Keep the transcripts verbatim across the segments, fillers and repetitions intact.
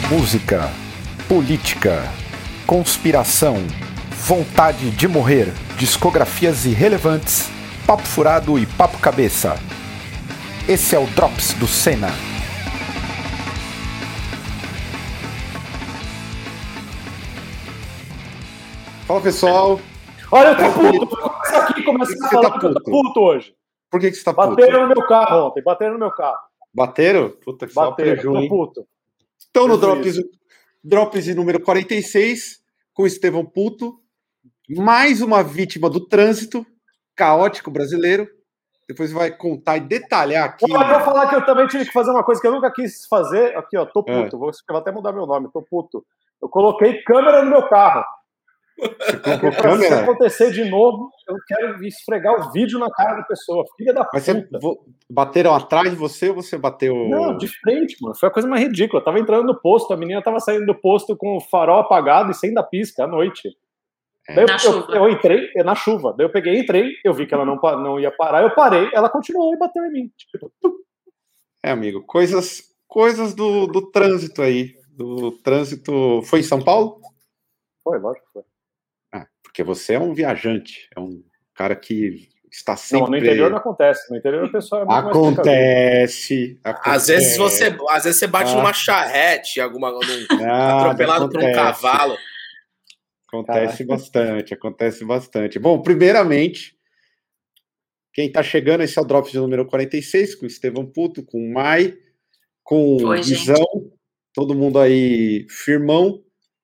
Música, política, conspiração, vontade de morrer, discografias irrelevantes, papo furado e papo cabeça. Esse é o Drops do Senna. Fala, pessoal. Olha, eu tô puto. Vou começar aqui e começar a falar tá que eu tô puto hoje. Por que, que você tá puto? Bateram no meu carro ontem. Bateram no meu carro. Bateram? Puta que só Bateram. preju, Tô hein? puto. Então, no Prejuízo. Drops, Drops número quarenta e seis, com o Estevão Puto, mais uma vítima do trânsito caótico brasileiro. Depois vai contar e detalhar aqui. Eu vou falar que eu também tive que fazer uma coisa que eu nunca quis fazer. Aqui, ó, tô puto. É. Vou, vou até mudar meu nome, tô puto. Eu coloquei câmera no meu carro. Você colocou Porque pra se câmera? acontecer de novo, eu quero esfregar o vídeo na cara da pessoa. Filha da Mas você puta. vo- bateram atrás de você ou você bateu... Não, de frente, mano. Foi a coisa mais ridícula. Eu tava entrando no posto, a menina tava saindo do posto com o farol apagado e sem dar pisca à noite. Daí Na eu, chuva. eu, eu entrei na chuva. Daí eu peguei, entrei, eu vi que ela não, pa- não ia parar, eu parei, ela continuou e bateu em mim. Tipo, É, amigo, coisas, coisas do, do trânsito aí. Do trânsito... Foi em São Paulo? foi, lógico que foi. Ah, porque você é um viajante, é um cara que está Não, sempre... no interior não acontece. No interior o pessoal é muito mais precavido. Acontece, acontece. Às vezes você, às vezes você bate Ah. numa charrete, alguma, num, Nada, atropelado por um acontece. cavalo. Acontece bastante, acontece bastante. Bom, primeiramente, quem está chegando, esse é o Drops de número quarenta e seis, com o Estevão Puto, com o Mai, com Oi, Visão, todo mundo aí firmão,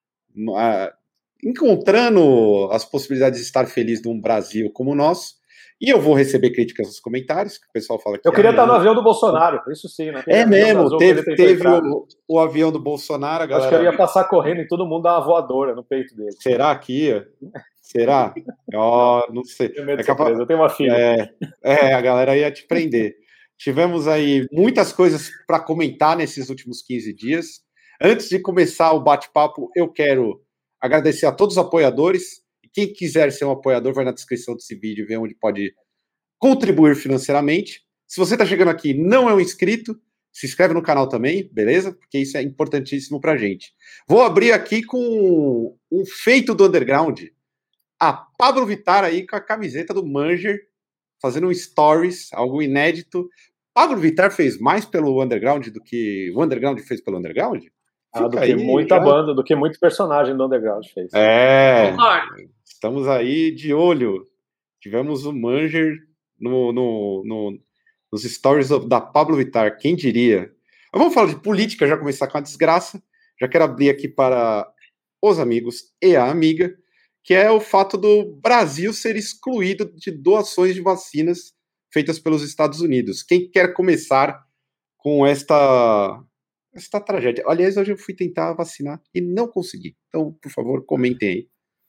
ah, encontrando as possibilidades de estar feliz num Brasil como o nosso. E eu vou receber críticas nos comentários, que o pessoal fala que... Eu queria ah, estar no não. avião do Bolsonaro, isso sim. Né? É Avião mesmo, azul que ele teve, tentou teve entrar. o, o avião do Bolsonaro, a Acho que eu galera... ia passar correndo e todo mundo dar uma voadora no peito dele. Será que ia? Será? Ó, não sei. Tenho medo É de ser capaz- preso, eu tenho uma filha. É, é, a galera ia te prender. Tivemos aí muitas coisas para comentar nesses últimos quinze dias. Antes de começar o bate-papo, eu quero agradecer a todos os apoiadores. Quem quiser ser um apoiador, vai na descrição desse vídeo, ver onde pode contribuir financeiramente. Se você está chegando aqui e não é um inscrito, se inscreve no canal também, beleza? Porque isso é importantíssimo pra gente. Vou abrir aqui com um feito do Underground. A Pablo Vittar aí com a camiseta do Manger, fazendo um stories, algo inédito. Pablo Vittar fez mais pelo Underground do que o Underground fez pelo Underground? Ah, do Fica que aí, muita já. banda, do que muito personagem do Underground fez. É, Concordo. estamos aí de olho. Tivemos o Manger no, no, no- nos stories da Pablo Vittar, quem diria? Mas vamos falar de política, já começar com a desgraça. Já quero abrir aqui para os amigos e a amiga, que é o fato do Brasil ser excluído de doações de vacinas feitas pelos Estados Unidos. Quem quer começar com esta, esta tragédia? Aliás, hoje eu fui tentar vacinar e não consegui. Então, por favor, comentem aí.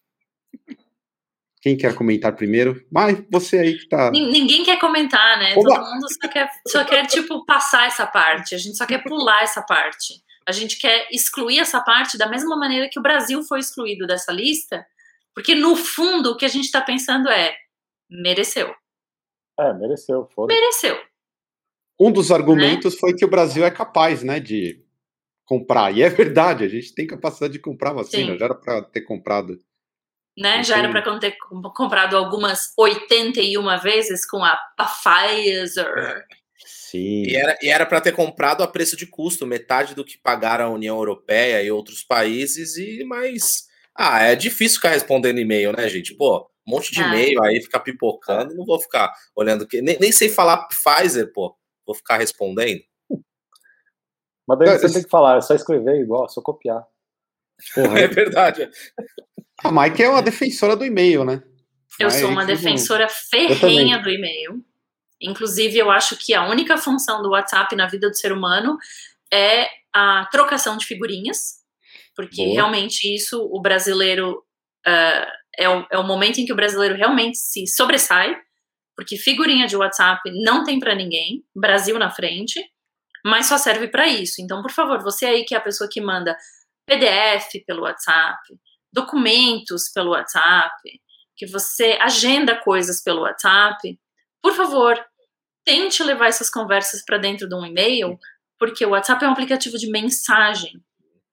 Quem quer comentar primeiro? Mas você aí que tá... Nin- Ninguém quer comentar, né? Oba! Todo mundo só quer, só quer, tipo, passar essa parte. A gente só quer pular essa parte. A gente quer excluir essa parte da mesma maneira que o Brasil foi excluído dessa lista, porque, no fundo, o que a gente tá pensando é mereceu. É, mereceu, foda. Mereceu. Um dos argumentos foi que o Brasil é capaz, né, de comprar. E é verdade, a gente tem capacidade de comprar vacina. Sim. Já era para ter comprado. Né? Não Já tem- era para ter comprado algumas oitenta e uma vezes com a, a Pfizer. Sim. E era, e era para ter comprado a preço de custo, metade do que pagaram a União Europeia e outros países, e mas ah, é difícil ficar respondendo e-mail, né, gente? Pô, um monte de Ah. e-mail aí, ficar pipocando, não vou ficar olhando que nem, nem sei falar Pfizer, pô, vou ficar respondendo. Mas daí Não, você esse- tem que falar, é só escrever igual, é só copiar. Porra, É verdade. a Mike é uma defensora do e-mail, né? Eu Mas sou uma a gente não- defensora ferrenha do e-mail. Inclusive, eu acho que a única função do WhatsApp na vida do ser humano é a trocação de figurinhas, porque Boa. realmente isso, o brasileiro, ah, é, o, é o momento em que o brasileiro realmente se sobressai, porque figurinha de WhatsApp não tem pra ninguém, Brasil na frente, mas só serve pra isso. Então, por favor, você aí que é a pessoa que manda P D F pelo WhatsApp, documentos pelo WhatsApp, que você agenda coisas pelo WhatsApp, por favor, tente levar essas conversas para dentro de um e-mail, porque o WhatsApp é um aplicativo de mensagem.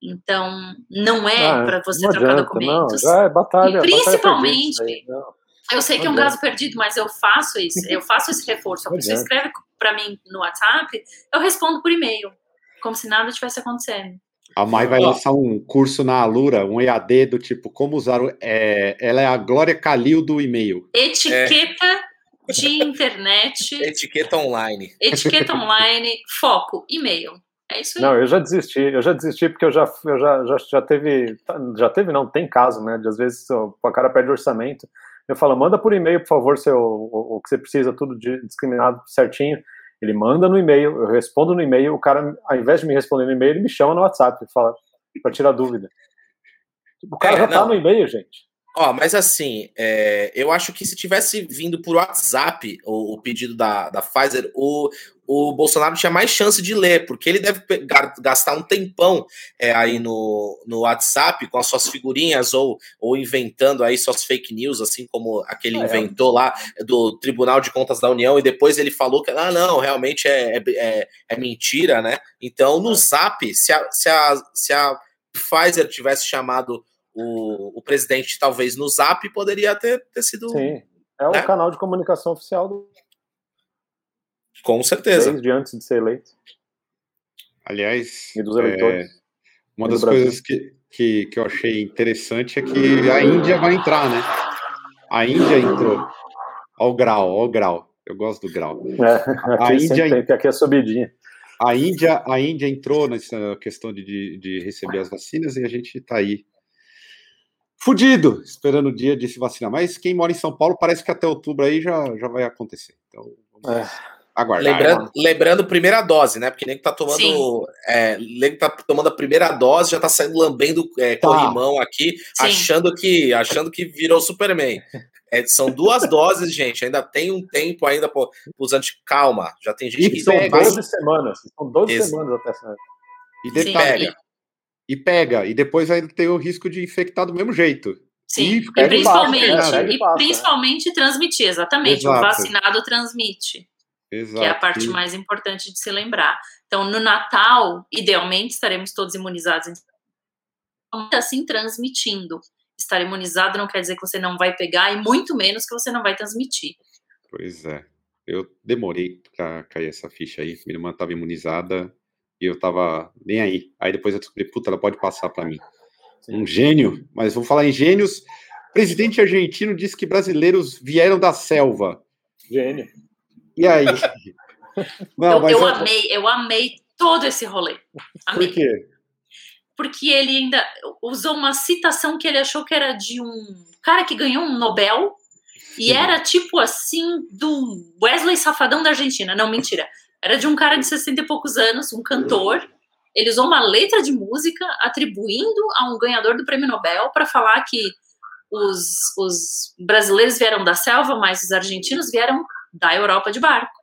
Então, não é Ah, para você não trocar adianta, documentos. Não, já é batalha, E principalmente. principalmente, eu sei que é um caso perdido, mas eu faço isso, eu faço esse reforço. A pessoa escreve para mim no WhatsApp, eu respondo por e-mail, como se nada tivesse acontecendo. A Mai vai lançar um curso na Alura, um E A D do tipo, como usar o... É, ela é a Glória Calil do e-mail. Etiqueta é. de internet. Etiqueta online. Etiqueta online, foco, e-mail. É isso aí. Não, eu já desisti, eu já desisti porque eu já, eu já, já, já teve, já teve não, tem caso, né, de às vezes o cara pede orçamento, eu falo, manda por e-mail, por favor, seu, o, o que você precisa, tudo de, discriminado certinho, ele manda no e-mail, eu respondo no e-mail, o cara, ao invés de me responder no e-mail, ele me chama no WhatsApp, fala, pra tirar dúvida. O cara é, já não. tá no e-mail, gente. Ó, mas assim, é, eu acho que se tivesse vindo por WhatsApp o, o pedido da, da Pfizer, o, o Bolsonaro tinha mais chance de ler, porque ele deve pegar, gastar um tempão é, aí no, no WhatsApp com as suas figurinhas ou, ou inventando aí suas fake news, assim como aquele ah, inventou é. lá do Tribunal de Contas da União, e depois ele falou que, ah, não, realmente é, é, é mentira, né? Então, no é. Zap, se a, se, a, se a Pfizer tivesse chamado O, o presidente, talvez no Zap, poderia ter, ter sido... Sim, é o né? canal de comunicação oficial do... Com certeza. Desde antes de ser eleito. Aliás, e dos eleitores. É, uma das coisas que, que, que eu achei interessante é que a Índia vai entrar, né? A Índia entrou. Olha o grau, olha o grau. Eu gosto do grau. É, aqui a Índia tem, que aqui é subidinha. A Índia, a Índia entrou nessa questão de, de, de receber as vacinas e a gente está aí fudido, esperando o dia de se vacinar. Mas quem mora em São Paulo, parece que até outubro aí já, já vai acontecer. Então, vamos é. aguardar. Lembrando, lembrando, primeira dose, né? Porque nem que tá tomando. É, nem que tá tomando a primeira dose, já tá saindo lambendo é, tá. corrimão aqui, achando que, achando que virou Superman. É, são duas doses, gente. Ainda tem um tempo ainda para os anti. Calma, já tem gente e que são tem. doze mas... semanas. São doze Ex... semanas até essa. E detalhe. Sim. E pega, e depois aí tem o risco de infectar do mesmo jeito. Sim, e, e principalmente, passa, né? e passa, principalmente é. transmitir, exatamente. Exato. O vacinado transmite, Exato. que é a parte mais importante de se lembrar. Então, no Natal, idealmente, estaremos todos imunizados, assim, transmitindo. Estar imunizado não quer dizer que você não vai pegar, e muito menos que você não vai transmitir. Pois é, eu demorei para cair essa ficha aí, minha irmã estava imunizada, e eu tava nem aí. Aí depois eu descobri, puta, ela pode passar para mim. Um gênio, mas vamos falar em gênios. Presidente argentino disse que brasileiros vieram da selva. Gênio. E aí? Não, eu mas eu, eu amei, eu amei todo esse rolê. Amei. Por quê? Porque ele ainda usou uma citação que ele achou que era de um cara que ganhou um Nobel, e Sim. era tipo assim, do Wesley Safadão da Argentina. Não, mentira. Era de um cara de sessenta e poucos anos, um cantor. Ele usou uma letra de música atribuindo a um ganhador do prêmio Nobel para falar que os, os brasileiros vieram da selva, mas os argentinos vieram da Europa de barco.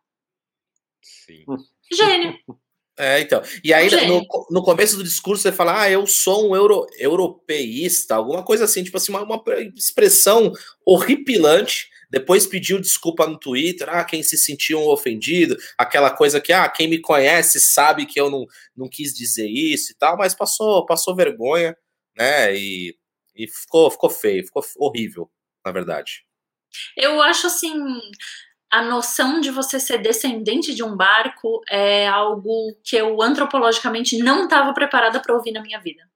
Sim. Gênio. É, então. E aí, no, no começo do discurso, você fala, ah, eu sou um euro, europeísta, alguma coisa assim, tipo assim, uma, uma expressão horripilante. Depois pediu desculpa no Twitter, ah, quem se sentiu ofendido, aquela coisa que, ah, quem me conhece sabe que eu não, não quis dizer isso e tal, mas passou, passou vergonha, né, e, e ficou, ficou feio, ficou horrível, na verdade. Eu acho, assim, a noção de você ser descendente de um barco é algo que eu antropologicamente não estava preparada para ouvir na minha vida.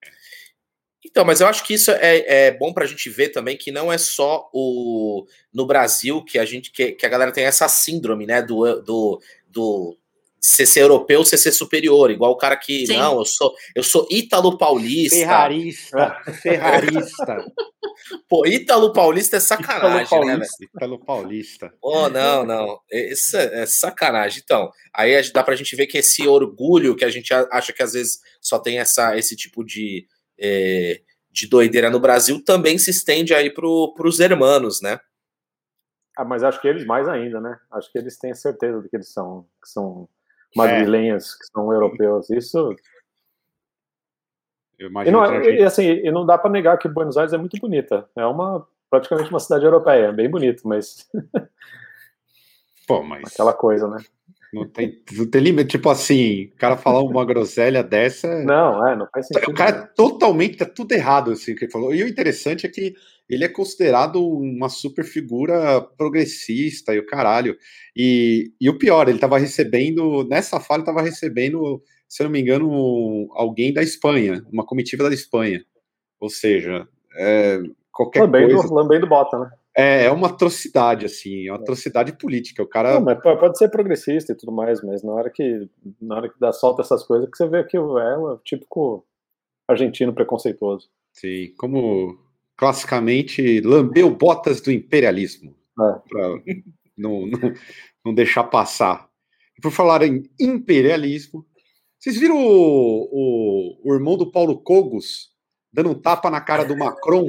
Então, mas eu acho que isso é, é bom pra gente ver também que não é só o, no Brasil que a gente que, que a galera tem essa síndrome, né, do, do, do C C europeu, C C superior, igual o cara que, Sim. não, eu sou eu sou ítalo-paulista. Ferrarista, ferrarista. Pô, ítalo-paulista é sacanagem, né, velho? Ítalo-paulista. Oh, não, não, isso é, é sacanagem. Então, aí dá pra gente ver que esse orgulho que a gente acha que às vezes só tem essa, esse tipo de É, de doideira no Brasil também se estende aí pro, pros hermanos, né? Ah, mas acho que eles mais ainda, né? Acho que eles têm certeza de que eles são, que são madrilenhos, é. que são europeus. Isso. Eu e, não, gente... e, assim, e não dá para negar que Buenos Aires é muito bonita. É uma praticamente uma cidade europeia, é bem bonito, mas. Pô, mas. Aquela coisa, né? Não tem, não tem limite. Tipo assim, o cara falar uma groselha dessa. Não, é, não faz sentido. O cara é totalmente, tá tudo errado, assim, que ele falou. E o interessante é que ele é considerado uma super figura progressista e o caralho. E, e o pior, ele tava recebendo, nessa fala, ele tava recebendo, se eu não me engano, alguém da Espanha, uma comitiva da Espanha. Ou seja, é, qualquer lambendo, coisa. Lambendo bota, né? É, é uma atrocidade, assim, é uma atrocidade política. O cara. Não, mas pode ser progressista e tudo mais, mas na hora que, na hora que dá solta essas coisas, que você vê que é o típico argentino preconceituoso. Sim, como classicamente lambeu botas do imperialismo. É. Pra não, não, não deixar passar. E por falar em imperialismo, vocês viram o, o, o irmão do Paulo Cogos dando um tapa na cara do Macron?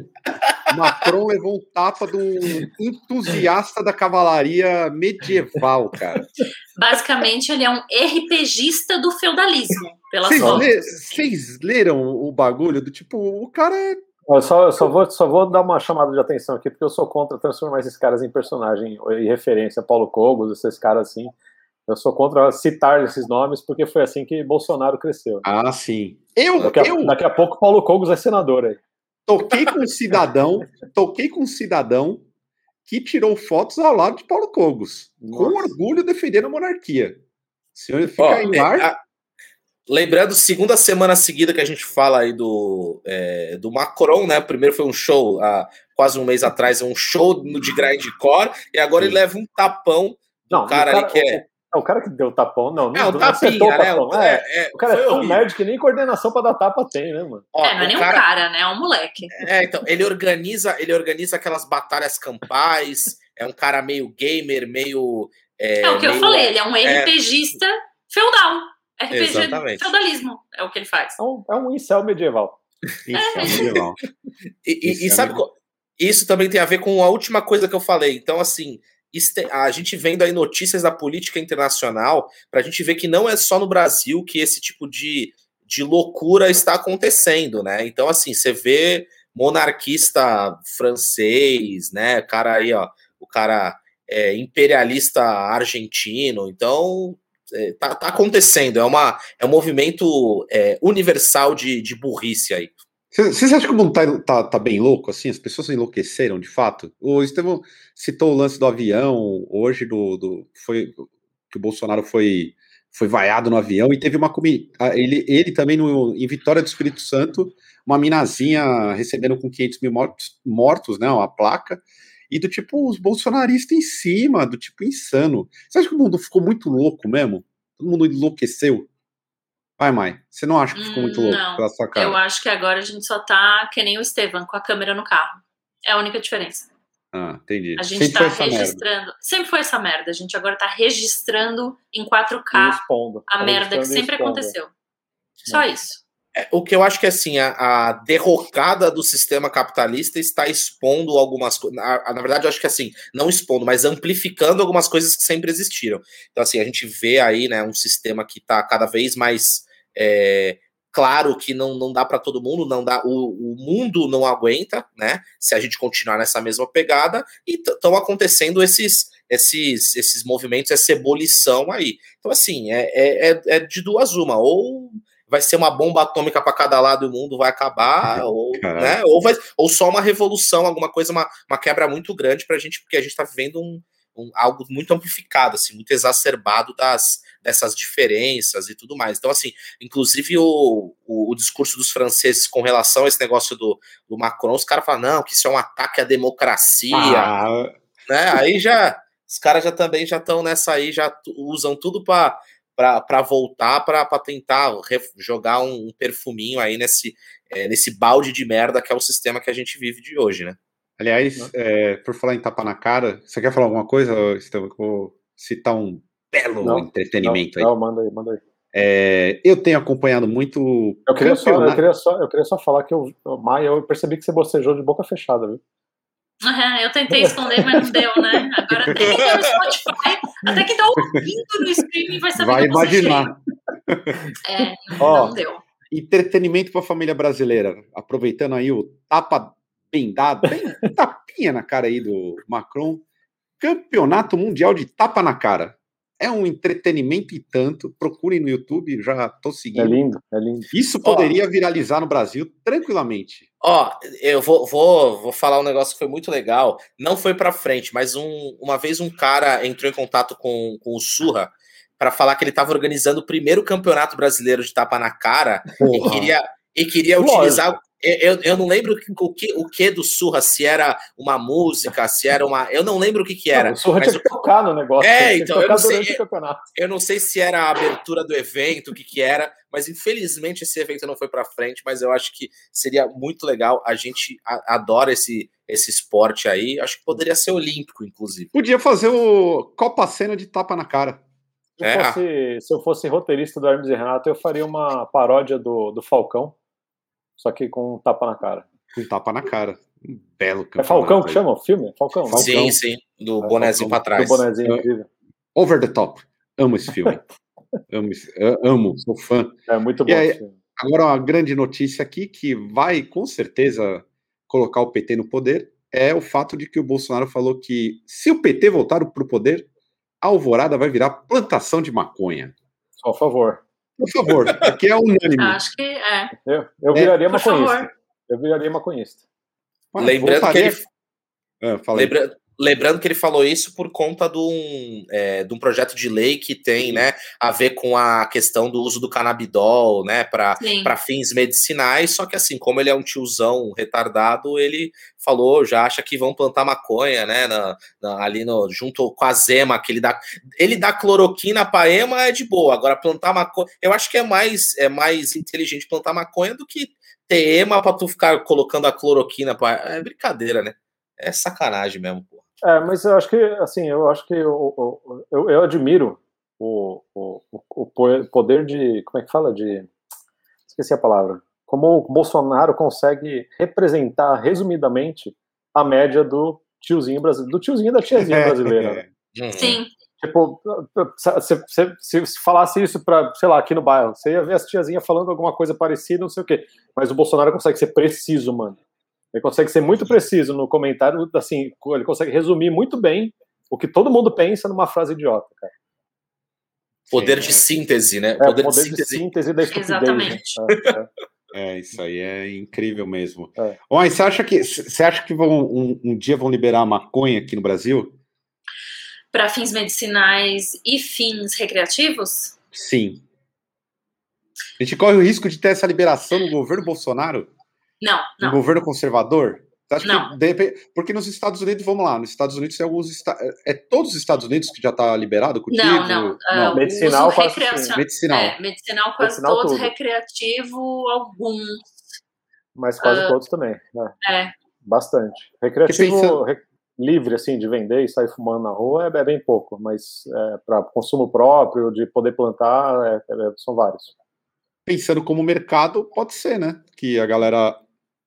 Macron levou um tapa de um entusiasta da cavalaria medieval, cara. Basicamente, ele é um RPGista do feudalismo, pelas Vocês fotos. le- vocês leram o bagulho do tipo, o cara é. Eu só, eu só, vou, só vou dar uma chamada de atenção aqui, porque eu sou contra transformar esses caras em personagem, em referência, Paulo Cogos, esses caras assim. Eu sou contra citar esses nomes, porque foi assim que Bolsonaro cresceu. Ah, sim. Eu, Daqui a, eu daqui a pouco Paulo Cogos é senador aí. toquei com um cidadão, toquei com um cidadão que tirou fotos ao lado de Paulo Cogos, Nossa. com orgulho defendendo a monarquia. O senhor fica Ó, em é, mar. a- lembrando, segunda semana seguida que a gente fala aí do, é, do Macron, né? Primeiro foi um show, há quase um mês atrás, um show no- de grindcore, e agora Sim. ele leva um tapão do Não, cara, o ali que é. O, o cara que deu o tapão, não, não, É, o não tapinha, acertou o né? tapão. O, É, é, é, o cara é foi tão horrível. nerd que nem coordenação pra dar tapa tem, né, mano? Ó, É, não é o nem um cara- cara, né? É um moleque. É, então, ele organiza, ele organiza aquelas batalhas campais, é um cara meio gamer, meio. É, É o que eu meio- falei, ele é um RPGista feudal. R P G Exatamente. feudalismo é o que ele faz. É um, é um incel medieval. Isso, é medieval. E, e- Isso e é sabe, mesmo. qual- isso também tem a ver com a última coisa que eu falei. Então, assim, isso tem- a gente vendo aí notícias da política internacional, para a gente ver que não é só no Brasil que esse tipo de, de loucura está acontecendo, né? Então, assim, você vê monarquista francês, né? Cara aí, ó, o cara é, imperialista argentino. Então, é, tá, tá acontecendo. É, uma, é um movimento é, universal de, de burrice aí. Vocês acham que o mundo tá, tá, tá bem louco, assim? As pessoas enlouqueceram, de fato? O Estevão citou o lance do avião, hoje, do, do foi que o Bolsonaro foi, foi vaiado no avião, e teve uma... comi- a- Ele, ele também, no, em Vitória do Espírito Santo, uma minazinha recebendo com quinhentos mil mortos, mortos, né, uma placa, e do tipo, os bolsonaristas em cima, do tipo, insano. Você acha que o mundo ficou muito louco mesmo? Todo mundo enlouqueceu? Vai, Mai, você não acha que ficou muito Hum, louco não. pela sua cara? Eu acho que agora a gente só tá que nem o Estevam, com a câmera no carro. É a única diferença. Ah, entendi. A gente Sempre tá foi essa merda. registrando. Sempre foi essa merda. A gente agora tá registrando em quatro E K expondo. a Tá merda que registrando e sempre expondo. aconteceu. Só isso. É, o que eu acho que assim, a, a derrocada do sistema capitalista está expondo algumas coisas. Na, na verdade, eu acho que assim, não expondo, mas amplificando algumas coisas que sempre existiram. Então, assim, a gente vê aí, né, um sistema que está cada vez mais é, claro que não, não dá para todo mundo, não dá, o, o mundo não aguenta, né? Se a gente continuar nessa mesma pegada, e estão acontecendo esses. Esses, esses movimentos, essa ebulição aí. Então, assim, é, é, é de duas uma. Ou vai ser uma bomba atômica para cada lado e o mundo vai acabar, ou, né, ou, vai, ou só uma revolução, alguma coisa, uma, uma quebra muito grande para a gente, porque a gente está vivendo um, um, algo muito amplificado, assim, muito exacerbado das, dessas diferenças e tudo mais. Então, assim, inclusive o, o, o discurso dos franceses com relação a esse negócio do, do Macron, os caras falam, não, que isso é um ataque à democracia, Ah, né? Aí já, os caras já também já estão nessa aí, já usam tudo para para voltar, para tentar jogar um perfuminho aí nesse, é, nesse balde de merda que é o sistema que a gente vive de hoje, né? aliás, é, por falar em tapa na cara, você quer falar alguma coisa, Estevão? Eu vou citar um belo Não, entretenimento não, aí. não, manda aí, manda aí. É, eu tenho acompanhado muito. Eu queria, só, eu, campeonato. queria só, eu queria só falar que eu, Maia, eu percebi que você bocejou de boca fechada, viu? Uhum, eu tentei esconder, mas não deu, né? Agora até quem tá no Spotify, até quem tá ouvindo no streaming vai saber Vai que eu bocejei. imaginar. É, Ó, não deu. Entretenimento para a família brasileira. Aproveitando aí o tapa bem dado, bem tapinha na cara aí do Macron. Campeonato Mundial de Tapa na Cara. é um entretenimento e tanto. Procurem no YouTube, já tô seguindo. É lindo, é lindo. Isso poderia ó, viralizar no Brasil tranquilamente. Ó, eu vou, vou, vou falar um negócio que foi muito legal. Não foi pra frente, mas um, uma vez um cara entrou em contato com, com o Surra para falar que ele estava organizando o primeiro campeonato brasileiro de tapa na cara Porra. e queria, e queria utilizar... Eu, eu não lembro o que, o que do Surra, se era uma música, se era uma... Eu não lembro o que que era. Não, o Surra tinha que tocar no negócio. É, então, eu não, sei, eu não sei se era a abertura do evento, o que que era, mas infelizmente esse evento não foi pra frente, mas eu acho que seria muito legal. A gente adora esse, esse esporte aí. Acho que poderia ser olímpico, inclusive. Podia fazer o Copa Cena de tapa na cara. Se eu, é. fosse, se eu fosse roteirista do Hermes e Renato, eu faria uma paródia do, do Falcão, só que com um tapa na cara. Com um tapa na cara. Um belo campeonato. É Falcão que chama o filme? Falcão, Falcão. Sim, sim. Do é, bonezinho Falcão, pra trás. Do bonezinho incrível. Over the Top. Amo esse filme. amo, amo, sou fã. É muito bom e aí, esse filme. Agora, uma grande notícia aqui que vai, com certeza, colocar o P T no poder é o fato de que o Bolsonaro falou que se o P T voltar pro poder, a Alvorada vai virar plantação de maconha. Só a favor. Por favor, aqui é unânime. Acho que é. Eu, eu viraria é, maconhista. Eu viraria maconhista. Ah, lembrando que ele... Ah, Lembra... Lembrando que ele falou isso por conta de um, é, de um projeto de lei que tem, né, a ver com a questão do uso do canabidol, né, para fins medicinais, só que assim, como ele é um tiozão retardado, ele falou, já acha que vão plantar maconha, né, na, na, ali no, junto com a Zema, que ele dá, ele dá cloroquina pra ema, é de boa, agora plantar maconha, eu acho que é mais, é mais inteligente plantar maconha do que ter ema pra tu ficar colocando a cloroquina, pra, é brincadeira, né, é sacanagem mesmo, pô. É, mas eu acho que, assim, eu acho que eu, eu, eu admiro o, o, o poder de, como é que fala, de, esqueci a palavra, como o Bolsonaro consegue representar, resumidamente, a média do tiozinho brasileiro, do tiozinho e da tiazinha brasileira. Né? Sim. Tipo, se, se, se falasse isso pra, sei lá, aqui no bairro, você ia ver as tiazinhas falando alguma coisa parecida, não sei o quê, mas o Bolsonaro consegue ser preciso, mano. Ele consegue ser muito preciso no comentário, assim, ele consegue resumir muito bem o que todo mundo pensa numa frase idiota, cara. Poder Sim, de é. síntese, né? É, poder, poder de, síntese. de síntese da estupidez. Exatamente. Né? É, é, isso aí é incrível mesmo. É. Oi, você acha que, você acha que vão, um, um dia vão liberar a maconha aqui no Brasil? Para fins medicinais e fins recreativos? Sim. A gente corre o risco de ter essa liberação no governo Bolsonaro? Não, não. Um governo conservador? Você acha não. Que, de repente, porque nos Estados Unidos, vamos lá, nos Estados Unidos tem alguns esta, é todos os Estados Unidos que já está liberado cultivo? Não, não. não. Uh, medicinal quase recreação... medicinal. É, medicinal quase medicinal todos, tudo. Recreativo alguns. Mas quase uh, todos também, né? É. Bastante. Recreativo pensando... re... livre, assim, de vender e sair fumando na rua é, é bem pouco, mas é, para consumo próprio, de poder plantar, é, é, são vários. Pensando como mercado, pode ser, né? Que a galera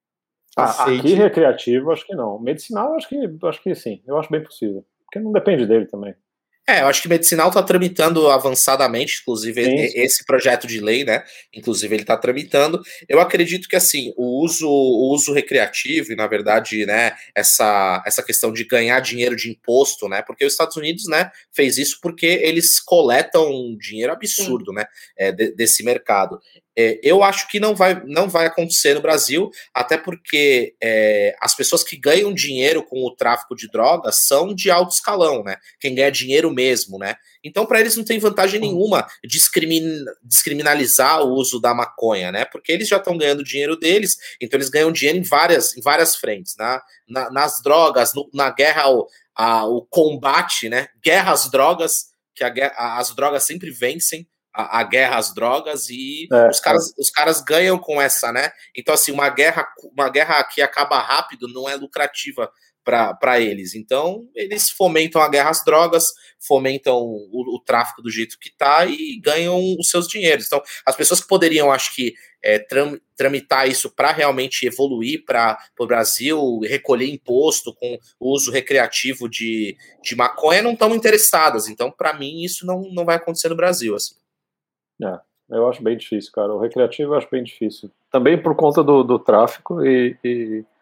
ah, aqui recreativo, acho que não. Medicinal, acho que, acho que sim. Eu acho bem possível. Porque não depende dele também. É, eu acho que medicinal está tramitando avançadamente, inclusive sim, sim. esse projeto de lei, né? Inclusive ele está tramitando. Eu acredito que assim o uso, o uso recreativo e na verdade, né? Essa, essa questão de ganhar dinheiro de imposto, né? Porque os Estados Unidos, né? Fez isso porque eles coletam um dinheiro absurdo, sim. né? É, de, desse mercado. É, eu acho que não vai, não vai acontecer no Brasil, até porque é, as pessoas que ganham dinheiro com o tráfico de drogas são de alto escalão, né? Quem ganha dinheiro mesmo, né? Então, para eles não tem vantagem nenhuma discrimin, descriminalizar o uso da maconha, né? Porque eles já estão ganhando dinheiro deles, então eles ganham dinheiro em várias, em várias frentes, na, na, nas drogas, no, na guerra ao, ao combate, né? Guerra às drogas, que a, a, as drogas sempre vencem. A, a guerra às drogas e é, os, caras, é. os caras ganham com essa, né? Então, assim, uma guerra, uma guerra que acaba rápido não é lucrativa para eles. Então, eles fomentam a guerra às drogas, fomentam o, o tráfico do jeito que tá e ganham os seus dinheiros. Então, as pessoas que poderiam, acho que, é, tram, tramitar isso para realmente evoluir para o Brasil, recolher imposto com o uso recreativo de, de maconha, não estão interessadas. Então, para mim, isso não, não vai acontecer no Brasil, assim. É, eu acho bem difícil, cara. O recreativo eu acho bem difícil. Também por conta do, do tráfico e, e,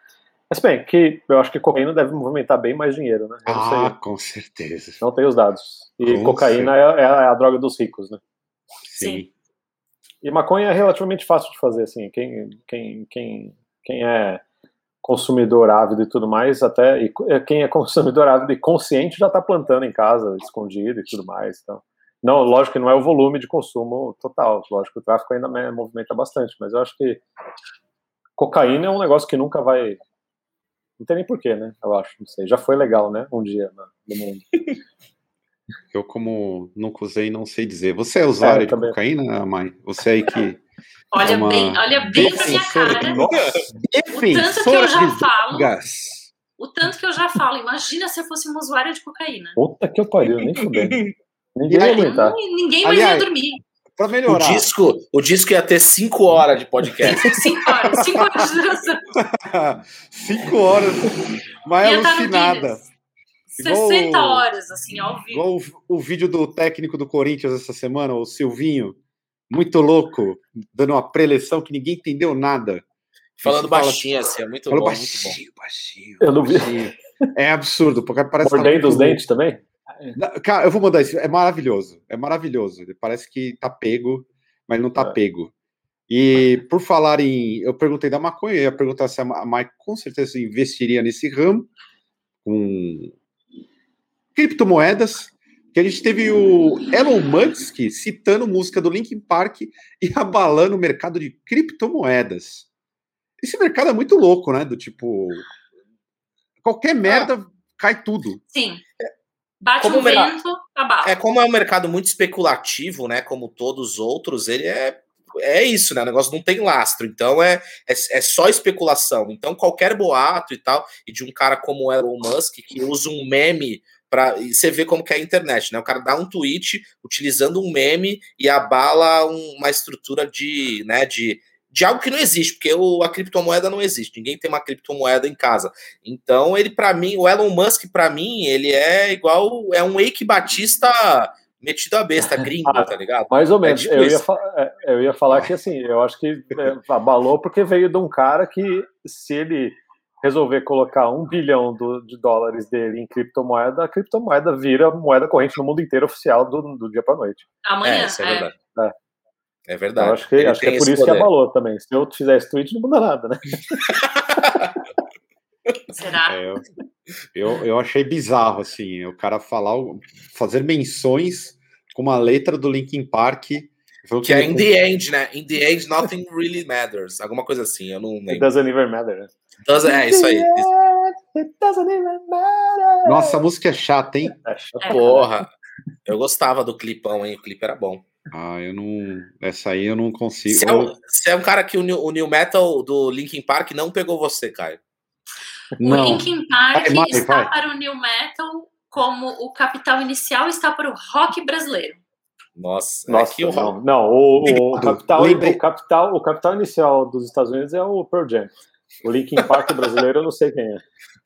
Mas bem, que eu acho que cocaína deve movimentar bem mais dinheiro, né? Eu não Ah, sei. com certeza. Não tenho os dados. E Com cocaína é, é a droga dos ricos, né? Sim. E maconha é relativamente fácil de fazer, assim. Quem, quem, quem, quem é consumidor ávido e tudo mais, até e quem é consumidor ávido e consciente já está plantando em casa, escondido e tudo mais. Então, não, lógico que não é o volume de consumo total. Lógico que o tráfico ainda movimenta bastante, mas eu acho que cocaína é um negócio que nunca vai. Não tem nem porquê, né? Eu acho, não sei. Já foi legal, né? Um dia no mundo. Eu, como nunca usei, não sei dizer. Você é usuário É, de também. cocaína, mãe? Você aí que. Olha é uma bem, olha bem na minha cara. Nossa, O tanto que eu já falo. Drogas. O tanto que eu já falo. Imagina se eu fosse uma usuária de cocaína. Puta que eu pariu, nem fudendo. Ninguém E aí, ia aguentar. Ninguém mais Aliás, ia dormir. Pra O melhorar. disco, o disco ia ter cinco horas de podcast. Cinco horas. Cinco horas de duração. Cinco horas. Mas Ia estar no alucinada. Guinness. sessenta Igual- horas, assim, ao vivo. Igual o, o vídeo do técnico do Corinthians essa semana, o Silvinho, muito louco, dando uma preleção que ninguém entendeu nada. Falando Fala- baixinho, assim, é muito Falou bom, muito bom. baixinho, baixinho, Eu não vi. baixinho. É absurdo, porque parece que tá Mordendo muito os louco. dentes também? Não, cara, eu vou mandar isso. É maravilhoso. É maravilhoso. Ele parece que tá pego, mas não tá É. pego. E por falar em. Eu perguntei da maconha, eu ia perguntar se a Ma- a Mike com certeza investiria nesse ramo com criptomoedas. Que a gente teve o Elon Musk citando música do Linkin Park e abalando o mercado de criptomoedas. Esse mercado é muito louco, né? Do tipo. Qualquer merda cai tudo. Sim. Bate Como um o mercado- vento, abala. É, como é um mercado muito especulativo, né? Como todos os outros, ele é. É isso, né? O negócio não tem lastro, então é, é, é só especulação. Então, qualquer boato e tal, e de um cara como o Elon Musk, que usa um meme para. E você vê como que é a internet, né? O cara dá um tweet utilizando um meme e abala um- uma estrutura de, né, de, de algo que não existe, porque o, a criptomoeda não existe, ninguém tem uma criptomoeda em casa. Então, ele, para mim, o Elon Musk, para mim, ele é igual. É um Eike Batista metido a besta, gringo, Ah, tá ligado? Mais ou menos. É tipo eu, ia isso. fa- é, eu ia falar que, assim, eu acho que é, abalou porque veio de um cara que, se ele resolver colocar um bilhão do- de dólares dele em criptomoeda, a criptomoeda vira moeda corrente no mundo inteiro oficial do, do dia para noite. Amanhã. É, isso é é. verdade. É. É Então, verdade. eu acho que, Ele acho que tem é por esse isso que poder. abalou também. Se eu fizer esse tweet, não muda nada, né? Será? É, eu, eu, eu achei bizarro, assim, o cara falar, o- fazer menções com uma letra do Linkin Park. Falou Que é ele- in the end, né? In the end, nothing really matters. Alguma coisa assim, eu não It lembro. doesn't even matter. Né? Does- É, isso aí. Isso. It doesn't even matter. Nossa, a música é chata, hein? É, chato. Porra. Eu gostava do clipão, hein? O clipe era bom. Ah, eu não. Essa aí eu não consigo. Você é, um, você é um cara que o new, o new metal do Linkin Park não pegou você, Caio. O Não. Linkin Park Vai, vai, está vai. para o new metal como o capital inicial está para o rock brasileiro. Nossa, Nossa, aqui o não, não o, o, Obrigado. capital, Lembrei. o, capital, o capital inicial dos Estados Unidos é o Pearl Jam. O Linkin Park brasileiro eu não sei quem é.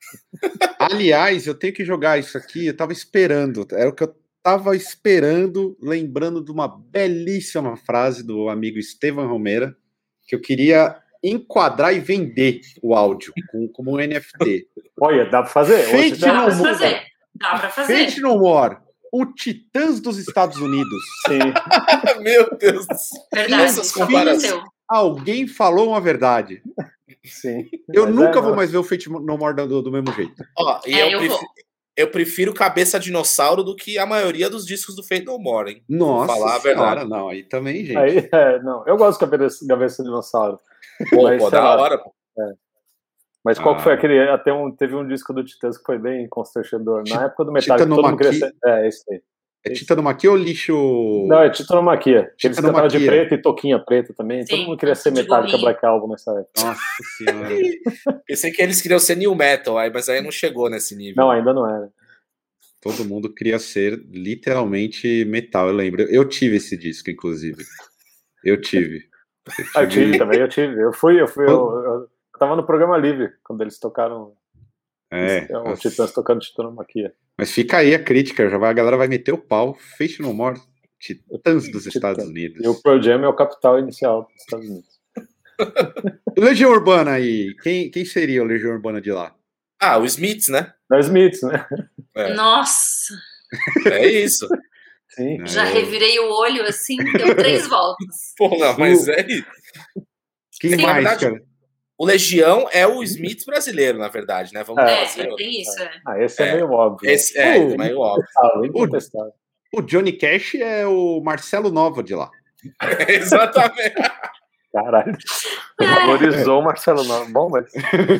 Aliás, eu tenho que jogar isso aqui. Eu tava esperando. Era o que eu tava esperando, lembrando de uma belíssima frase do amigo Estevam Romera, que eu queria enquadrar e vender o áudio com, como um N F T. Olha, dá pra fazer. Fate Hoje Dá já- não para muda. fazer. Dá para fazer. Fate No More, o Titãs dos Estados Unidos. Sim. Meu Deus do céu. Verdade, Essas isso comparações. aconteceu. Alguém falou uma verdade. Sim. Eu Mas nunca é, vou não. mais ver o Fate No More do, do mesmo jeito. Ó, e É, eu, eu prefiro, vou. eu prefiro Cabeça Dinossauro do que a maioria dos discos do Fate No More, hein? Vou Nossa falar a senhora, verdade. não. Aí também, gente. Aí, é, não, eu gosto de cabeça, cabeça de dinossauro. Pô, Mas, pô, sei da lá. hora. Pô. Mas qual que foi Ah. aquele. Até um, teve um disco do Titãs que foi bem constrangedor. Ti- Na época do Metallica, todo mundo queria ser. É, esse aí. É Titanomaquia ou lixo? Não, é Titanomaquia. Eles cantavam de Titanomaquia. preto e toquinha preta também. Todo Sim, mundo queria ser de Metallica gominho. Black Album nessa época. Nossa senhora. Pensei que eles queriam ser new metal, aí, mas aí não chegou nesse nível. Não, ainda não era. Todo mundo queria ser literalmente metal, eu lembro. Eu tive esse disco, inclusive. Eu tive. Eu Ah, eu tive também, eu tive. Eu fui, eu fui. Eu, eu, eu tava no programa Livre quando eles tocaram. É, o mas, Titãs tocando Titanomaquia. mas fica aí a crítica, já vai, a galera vai meter o pau. Fate No More, Titãs dos Estados Unidos. E o Pearl Jam é o capital inicial dos Estados Unidos. Legião Urbana aí, quem, quem seria o Legião Urbana de lá? Ah, o Smiths, né? É o Smiths, né? É. Nossa! É isso. Sim. Já eu... revirei o olho assim, deu três voltas. Porra, mas é isso. Quem Sim, mais, verdade, cara? O Legião é o Smith brasileiro, na verdade, né? Vamos É, fazer. É, tem isso, é. Ah, esse é, É. meio óbvio. Esse, é, Oh, meio óbvio. Bem contestado. O Johnny Cash é o Marcelo Nova de lá. Exatamente. Caralho. Valorizou o Marcelo Nova. Bom, mas.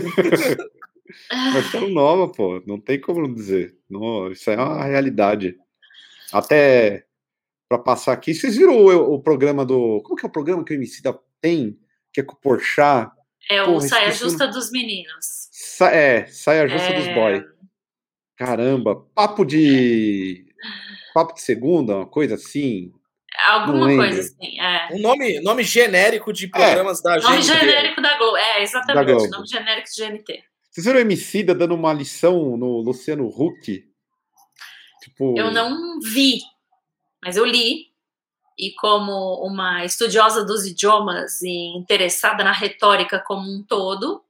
Marcelo Nova, pô, não tem como não dizer. Não, isso é uma realidade. Até para passar aqui, vocês viram o, o programa do. Como que é o programa que o Emicida tem? Que é com o Porchat? É o Porra, Saia esqueci o Justa nome. dos Meninos. Sa é, Saia Justa É. dos Boy. Caramba, papo de. Papo de segunda, uma coisa assim. Não Alguma lembro. coisa assim, é. Um nome, nome genérico de programas da Nome G N T. genérico da Globo, é, Da exatamente, Globo. nome genérico de G N T. Vocês viram o Emicida dando uma lição no Luciano Huck? Tipo. Eu não vi, mas eu li. E como uma estudiosa dos idiomas e interessada na retórica como um todo,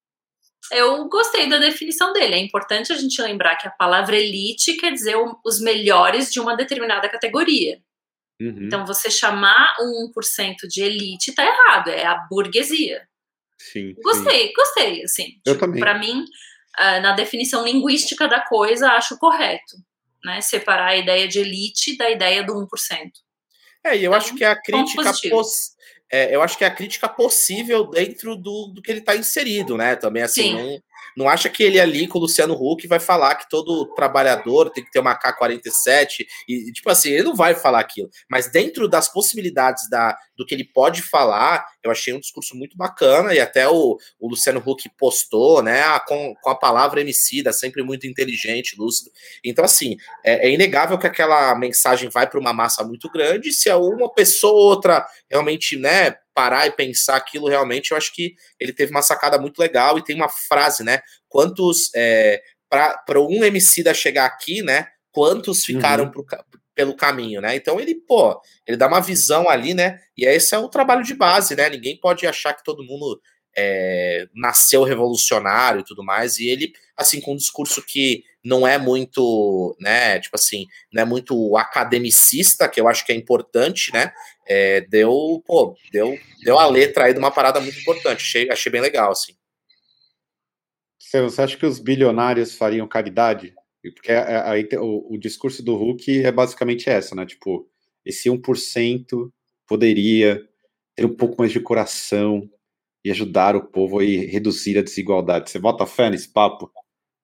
eu gostei da definição dele. É importante a gente lembrar que a palavra elite quer dizer os melhores de uma determinada categoria. Uhum. Então, você chamar o um por cento de elite tá errado, é a burguesia. Sim, Gostei, sim. gostei, assim. Eu tipo, também. Para mim, uh, na definição linguística da coisa, acho correto, né? Separar a ideia de elite da ideia do um por cento. É, e eu Então, acho que é a crítica positivo. poss... é, eu acho que é a crítica possível dentro do, do que ele está inserido, né? Também assim, Sim. não, não acha que ele ali com o Luciano Huck vai falar que todo trabalhador tem que ter uma K quarenta e sete e tipo assim, ele não vai falar aquilo. Mas dentro das possibilidades da, do que ele pode falar, eu achei um discurso muito bacana e até o, o Luciano Huck postou, né? Ah, com, com a palavra emicida, sempre muito inteligente, lúcido. Então assim, é, é inegável que aquela mensagem vai para uma massa muito grande e se uma pessoa ou outra realmente, né, parar e pensar aquilo realmente, eu acho que ele teve uma sacada muito legal e tem uma frase, né, quantos, é, para um emicida chegar aqui, né, quantos ficaram Uhum. pro, pelo caminho, né, então ele, pô, ele dá uma visão ali, né, e esse é o trabalho de base, né, ninguém pode achar que todo mundo é, nasceu revolucionário e tudo mais, e ele, assim, com um discurso que não é muito, né, tipo assim, não é muito academicista, que eu acho que é importante, né, é, deu, pô, deu, deu a letra aí de uma parada muito importante, achei, achei bem legal, assim. Você acha que os bilionários fariam caridade? Porque aí o, o discurso do Huck é basicamente essa, né, tipo, esse um por cento poderia ter um pouco mais de coração e ajudar o povo a reduzir a desigualdade. Você bota fé nesse papo?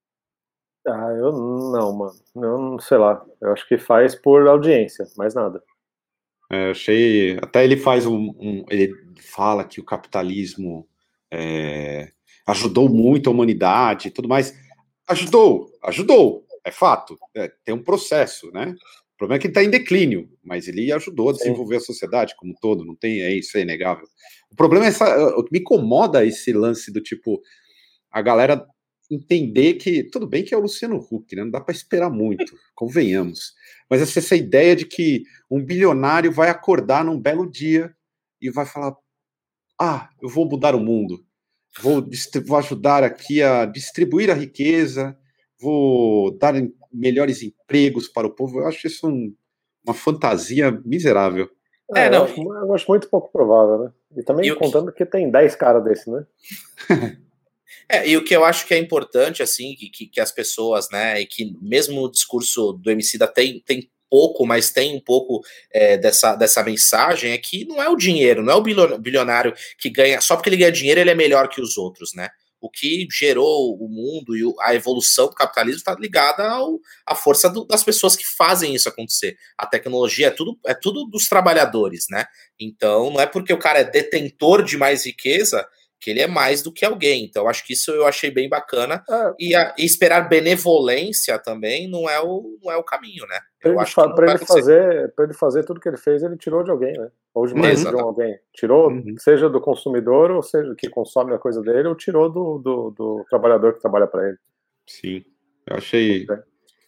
Ah, eu não, mano. Eu não sei lá. Eu acho que faz por audiência, mais nada. É, eu achei. Até ele faz um, um. Ele fala que o capitalismo é, ajudou muito a humanidade e tudo mais. Ajudou, ajudou, é fato. É, tem um processo, né? O problema é que ele está em declínio, mas ele ajudou a desenvolver Sim. a sociedade como um todo, não tem, é isso, é inegável. O problema é essa, o que me incomoda esse lance do tipo, a galera entender que, tudo bem que é o Luciano Huck, né? Não dá para esperar muito, convenhamos. Mas essa, essa ideia de que um bilionário vai acordar num belo dia e vai falar, ah, eu vou mudar o mundo, vou, vou ajudar aqui a distribuir a riqueza, vou dar melhores empregos para o povo. Eu acho isso um, uma fantasia miserável. É, é não. Eu acho, eu acho muito pouco provável, né? E também e contando que... que tem dez caras desse, né? É, e o que eu acho que é importante, assim, que, que, que as pessoas, né, e que mesmo o discurso do Emicida tem, tem pouco, mas tem um pouco é, dessa, dessa mensagem, é que não é o dinheiro, não é o bilionário que ganha, só porque ele ganha dinheiro ele é melhor que os outros, né? O que gerou o mundo e a evolução do capitalismo está ligada ao, à força do, das pessoas que fazem isso acontecer. A tecnologia é tudo, é tudo dos trabalhadores, né? Então, não é porque o cara é detentor de mais riqueza que ele é mais do que alguém. Então, acho que isso eu achei bem bacana. É. E, a, e esperar benevolência também não é o, não é o caminho, né? Para ele, fa ele, fazer, ele fazer tudo que ele fez, ele tirou de alguém, né? Ou de mais de alguém. Tirou, uhum. seja do consumidor, ou seja, que consome a coisa dele, ou tirou do, do, do trabalhador que trabalha para ele. Sim, eu achei...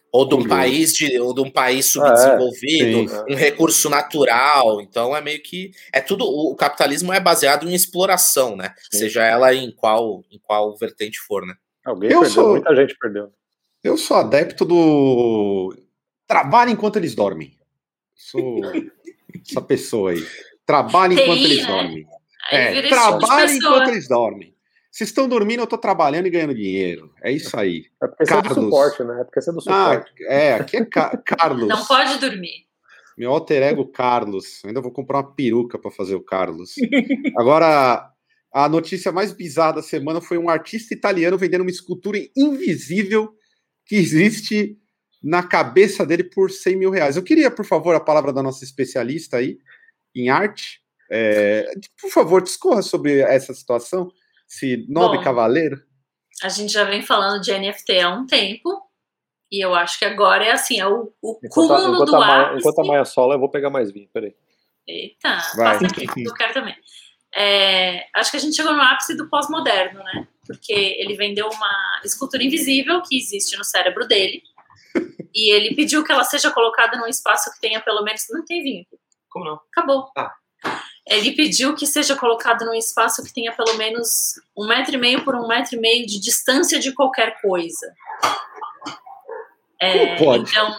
Ou de um país de, ou de um país subdesenvolvido, ah, é, um recurso natural. Então é meio que é tudo. O capitalismo é baseado em exploração, né? Sim. Seja ela em qual em qual vertente for, né? Alguém eu perdeu, sou, muita gente perdeu. Eu sou adepto do trabalho enquanto eles dormem. Sou essa pessoa aí. Trabalho enquanto T I, eles né? dormem. É, trabalho enquanto eles dormem. Se estão dormindo, eu estou trabalhando e ganhando dinheiro. É isso aí. É porque você é do suporte, né? É porque você é do suporte. Ah, é, aqui é Ca- Carlos. Não pode dormir. Meu alter ego Carlos. Ainda vou comprar uma peruca para fazer o Carlos. Agora, a notícia mais bizarra da semana foi um artista italiano vendendo uma escultura invisível que existe na cabeça dele por cem mil reais. Eu queria, por favor, a palavra da nossa especialista aí em arte. É, por favor, discorra sobre essa situação. Esse nobre Bom, cavaleiro. A gente já vem falando de N F T há um tempo, e eu acho que agora é assim, é o, o cúmulo enquanto do a Maia, ápice. Enquanto a Maia sola, eu vou pegar mais vinho, peraí. Eita, Vai. passa aqui, eu quero também. É, acho que a gente chegou no ápice do pós-moderno, né? Porque ele vendeu uma escultura invisível que existe no cérebro dele, e ele pediu que ela seja colocada num espaço que tenha pelo menos... Não tem vinho. Como não? Acabou. Ah. Ele pediu que seja colocado num espaço que tenha pelo menos um metro e meio por um metro e meio de distância de qualquer coisa. É, pode? Então,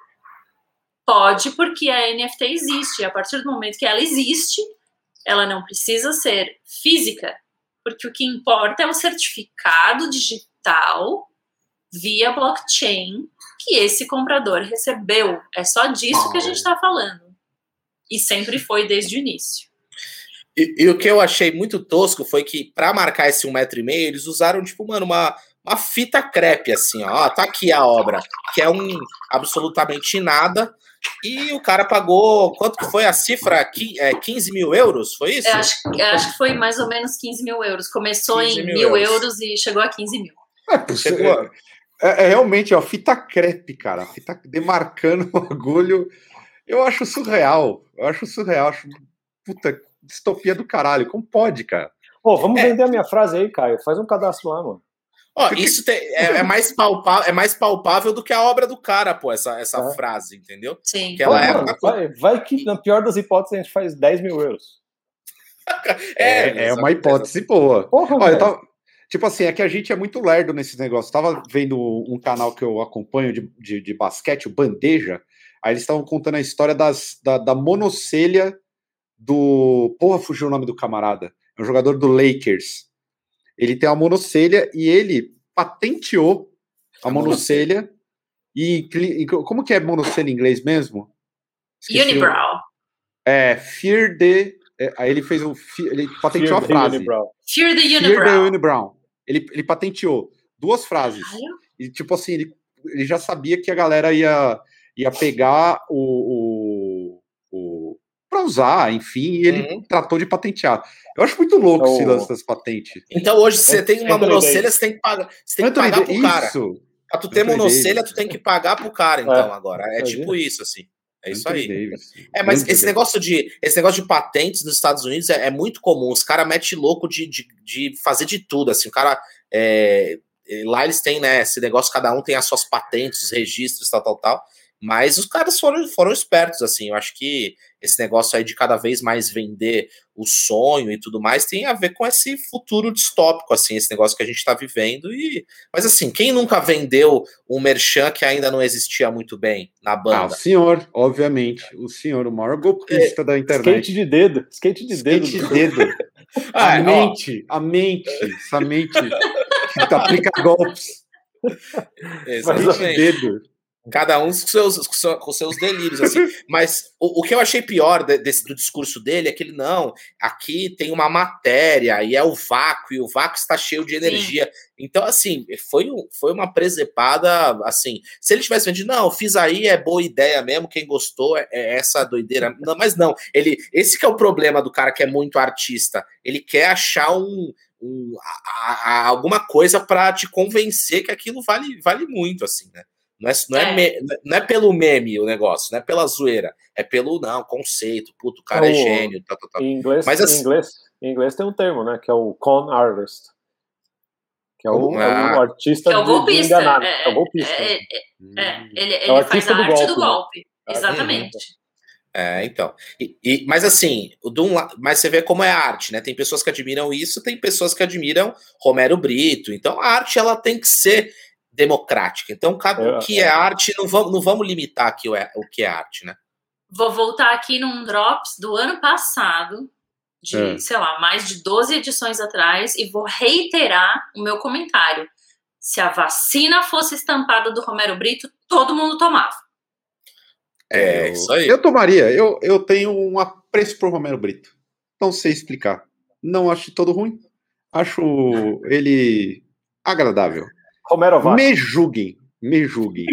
pode, porque a N F T existe. A partir do momento que ela existe, ela não precisa ser física, porque o que importa é o certificado digital via blockchain que esse comprador recebeu. É só disso que a gente está falando. E sempre foi desde o início. E, e o que eu achei muito tosco foi que, para marcar esse um metro e meio, eles usaram, tipo, mano, uma, uma fita crepe, assim, ó. Tá aqui a obra, que é um absolutamente nada. E o cara pagou, quanto que foi a cifra? quinze mil euros, foi isso? Eu acho, eu acho que foi mais ou menos quinze mil euros. Começou em mil, mil euros. euros e chegou a quinze mil. É, chegou, é, é realmente, ó, fita crepe, cara. Fita demarcando o agulho. Eu acho surreal. Eu acho surreal. Acho, puta, distopia do caralho. Como pode, cara? Pô, vamos é. vender a minha frase aí, Caio. Faz um cadastro lá, mano. Ó, isso tem, é, é, mais palpável, é mais palpável do que a obra do cara, pô, essa, essa é. frase, entendeu? Sim. Que ela Pô, é mano, uma... vai, vai que, na pior das hipóteses, a gente faz dez mil euros. é, é uma hipótese boa. Porra, Olha, eu tava, tipo assim, é que a gente é muito lerdo nesse negócio. Tava vendo um canal que eu acompanho de, de, de basquete, o Bandeja. Aí eles estavam contando a história das, da, da monocelha do... Porra, fugiu o nome do camarada. É um jogador do Lakers. Ele tem uma monocelha e ele patenteou a, a monocelha. E, e como que é monocelha em inglês mesmo? Esqueci Unibrow. O, é, Fear the... É, aí ele fez um... Ele patenteou Fear a frase. Unibrow. Fear the Unibrow. Fear the Unibrow. Ele, ele patenteou duas frases. Ai. E tipo assim, ele, ele já sabia que a galera ia... ia pegar o, o, o para usar, enfim, e ele uhum. tratou de patentear. Eu acho muito louco oh. esse lance das patentes. Então hoje, se você tem uma monocelha, você tem que pagar, você tem que pagar pro cara. Isso. Pra tu ter Anthony monocelha, Davis. Tu tem que pagar pro cara, então, é. agora. É Imagina. Tipo isso, assim. É isso Anthony aí. Davis. É, mas Anthony esse negócio, de, esse negócio de patentes nos Estados Unidos é, é muito comum. Os caras metem louco de, de, de fazer de tudo, assim. O cara... É, lá eles têm, né, esse negócio, cada um tem as suas patentes, os registros, tal, tal, tal. Mas os caras foram, foram espertos, assim. Eu acho que esse negócio aí de cada vez mais vender o sonho e tudo mais tem a ver com esse futuro distópico, assim, esse negócio que a gente tá vivendo. E... Mas, assim, quem nunca vendeu um merchan que ainda não existia muito bem na banda? Ah, o senhor, obviamente. O senhor, o maior golpista é, da internet. Skate de dedo. Skate de skate dedo. de dedo. a ah, mente, ó. a mente, essa mente que aplica golpes. Exatamente. De dedo. Cada um com seus, com seus delírios, assim. Mas o, o que eu achei pior de, desse, do discurso dele é que ele, não, aqui tem uma matéria e é o vácuo, e o vácuo está cheio de energia. Sim. Então, assim, foi, foi uma presepada, assim, se ele tivesse vendido, não, fiz aí, é boa ideia mesmo, quem gostou é, é essa doideira. Não, mas não, ele, esse que é o problema do cara que é muito artista, ele quer achar um... um a, a, alguma coisa para te convencer que aquilo vale, vale muito, assim, né? Não é, não, é. É me, não é pelo meme o negócio, não é pela zoeira, é pelo, não, conceito, puto, o cara então, é gênio. Tá, tá, tá. Em, inglês, Mas, assim, em, inglês, em inglês tem um termo, né, que é o con artist, Que é o, Ah. é o artista Que é o de, de golpista. enganar. É, É o golpista. é, é, é, ele, É ele o faz artista a do arte golpe, do né? golpe. Ah, Exatamente. É, então. E, e- mas assim, o de um la- mas você vê como é a arte, né? Tem pessoas que admiram isso, tem pessoas que admiram Romero Brito. Então a arte ela tem que ser democrática. Então, cada, É, o que é arte, não vamos, não vamos limitar aqui o, é- o que é arte, né? Vou voltar aqui num Drops do ano passado, de, É. sei lá, mais de doze edições atrás, e vou reiterar o meu comentário. Se a vacina fosse estampada do Romero Brito, todo mundo tomava. É, eu, isso aí. Eu tomaria. Eu, eu tenho um apreço por Romero Brito. Não sei explicar. Não acho todo ruim. Acho ele agradável. Romero Vaz. Me julguem. Me julguem.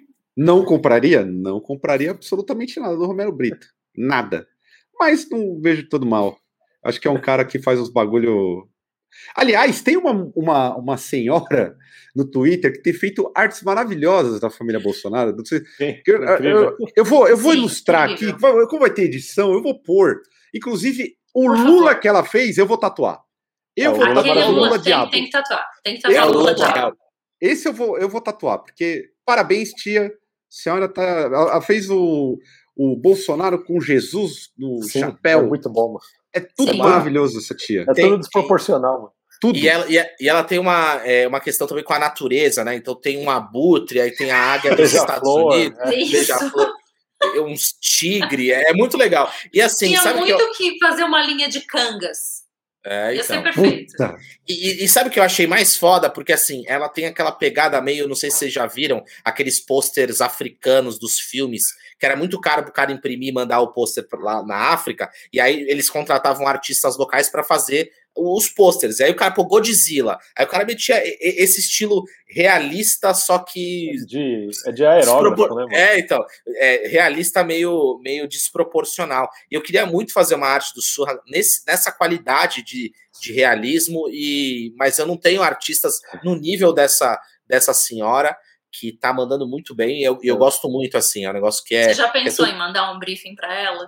Não compraria? Não compraria absolutamente nada do Romero Brito. Nada. Mas não vejo todo mal. Acho que é um cara que faz uns bagulho... Aliás, tem uma, uma, uma senhora no Twitter que tem feito artes maravilhosas da família Bolsonaro. Não sei- Sim, eu, eu, incrível. eu vou, eu vou Sim, ilustrar incrível. aqui. vai- Como vai ter edição, eu vou pôr. Inclusive, o Por Lula favor. que ela fez, eu vou tatuar. Eu Ah, o vou Lula é Aquele tatuar o maravilhoso. Lula Lula tem, Diabo. tem que tatuar. Tem que Eu- tatuar o Lula Lula Diabo. Diabo. Esse eu vou, eu vou tatuar, porque parabéns, tia. A senhora tá. Ela ela fez o, o Bolsonaro com Jesus no Sim, chapéu. é muito bom, mano. É tudo Sim. maravilhoso, essa tia. É Tem- tudo desproporcional, mano. Tudo. E ela, e, a- e ela tem uma, é, uma questão também com a natureza, né? Então tem um abutre, aí tem a águia dos Estados Beija-flor, Unidos, é. Isso. beija-flor, tem uns tigre, é, é muito legal. E assim, Tinha sabe o que muito eu, que fazer uma linha de cangas. é, Ia ser então. perfeito. Puta. E, e sabe o que eu achei mais foda? Porque assim, ela tem aquela pegada meio, não sei se vocês já viram, aqueles pôsteres africanos dos filmes, que era muito caro pro cara imprimir e mandar o pôster pra lá na África, e aí eles contratavam artistas locais pra fazer os pôsteres. Aí o cara pô Godzilla, aí o cara metia e- e- esse estilo realista, só que De, é de aerógrafo, despropor- né, mano? É, então, é, realista meio, meio desproporcional. E eu queria muito fazer uma arte do Surra nesse, nessa qualidade de, de realismo, e, mas eu não tenho artistas no nível dessa, dessa senhora, que tá mandando muito bem, e eu, e eu É. gosto muito, assim, é um negócio que é... Você já pensou é tudo- em mandar um briefing pra ela?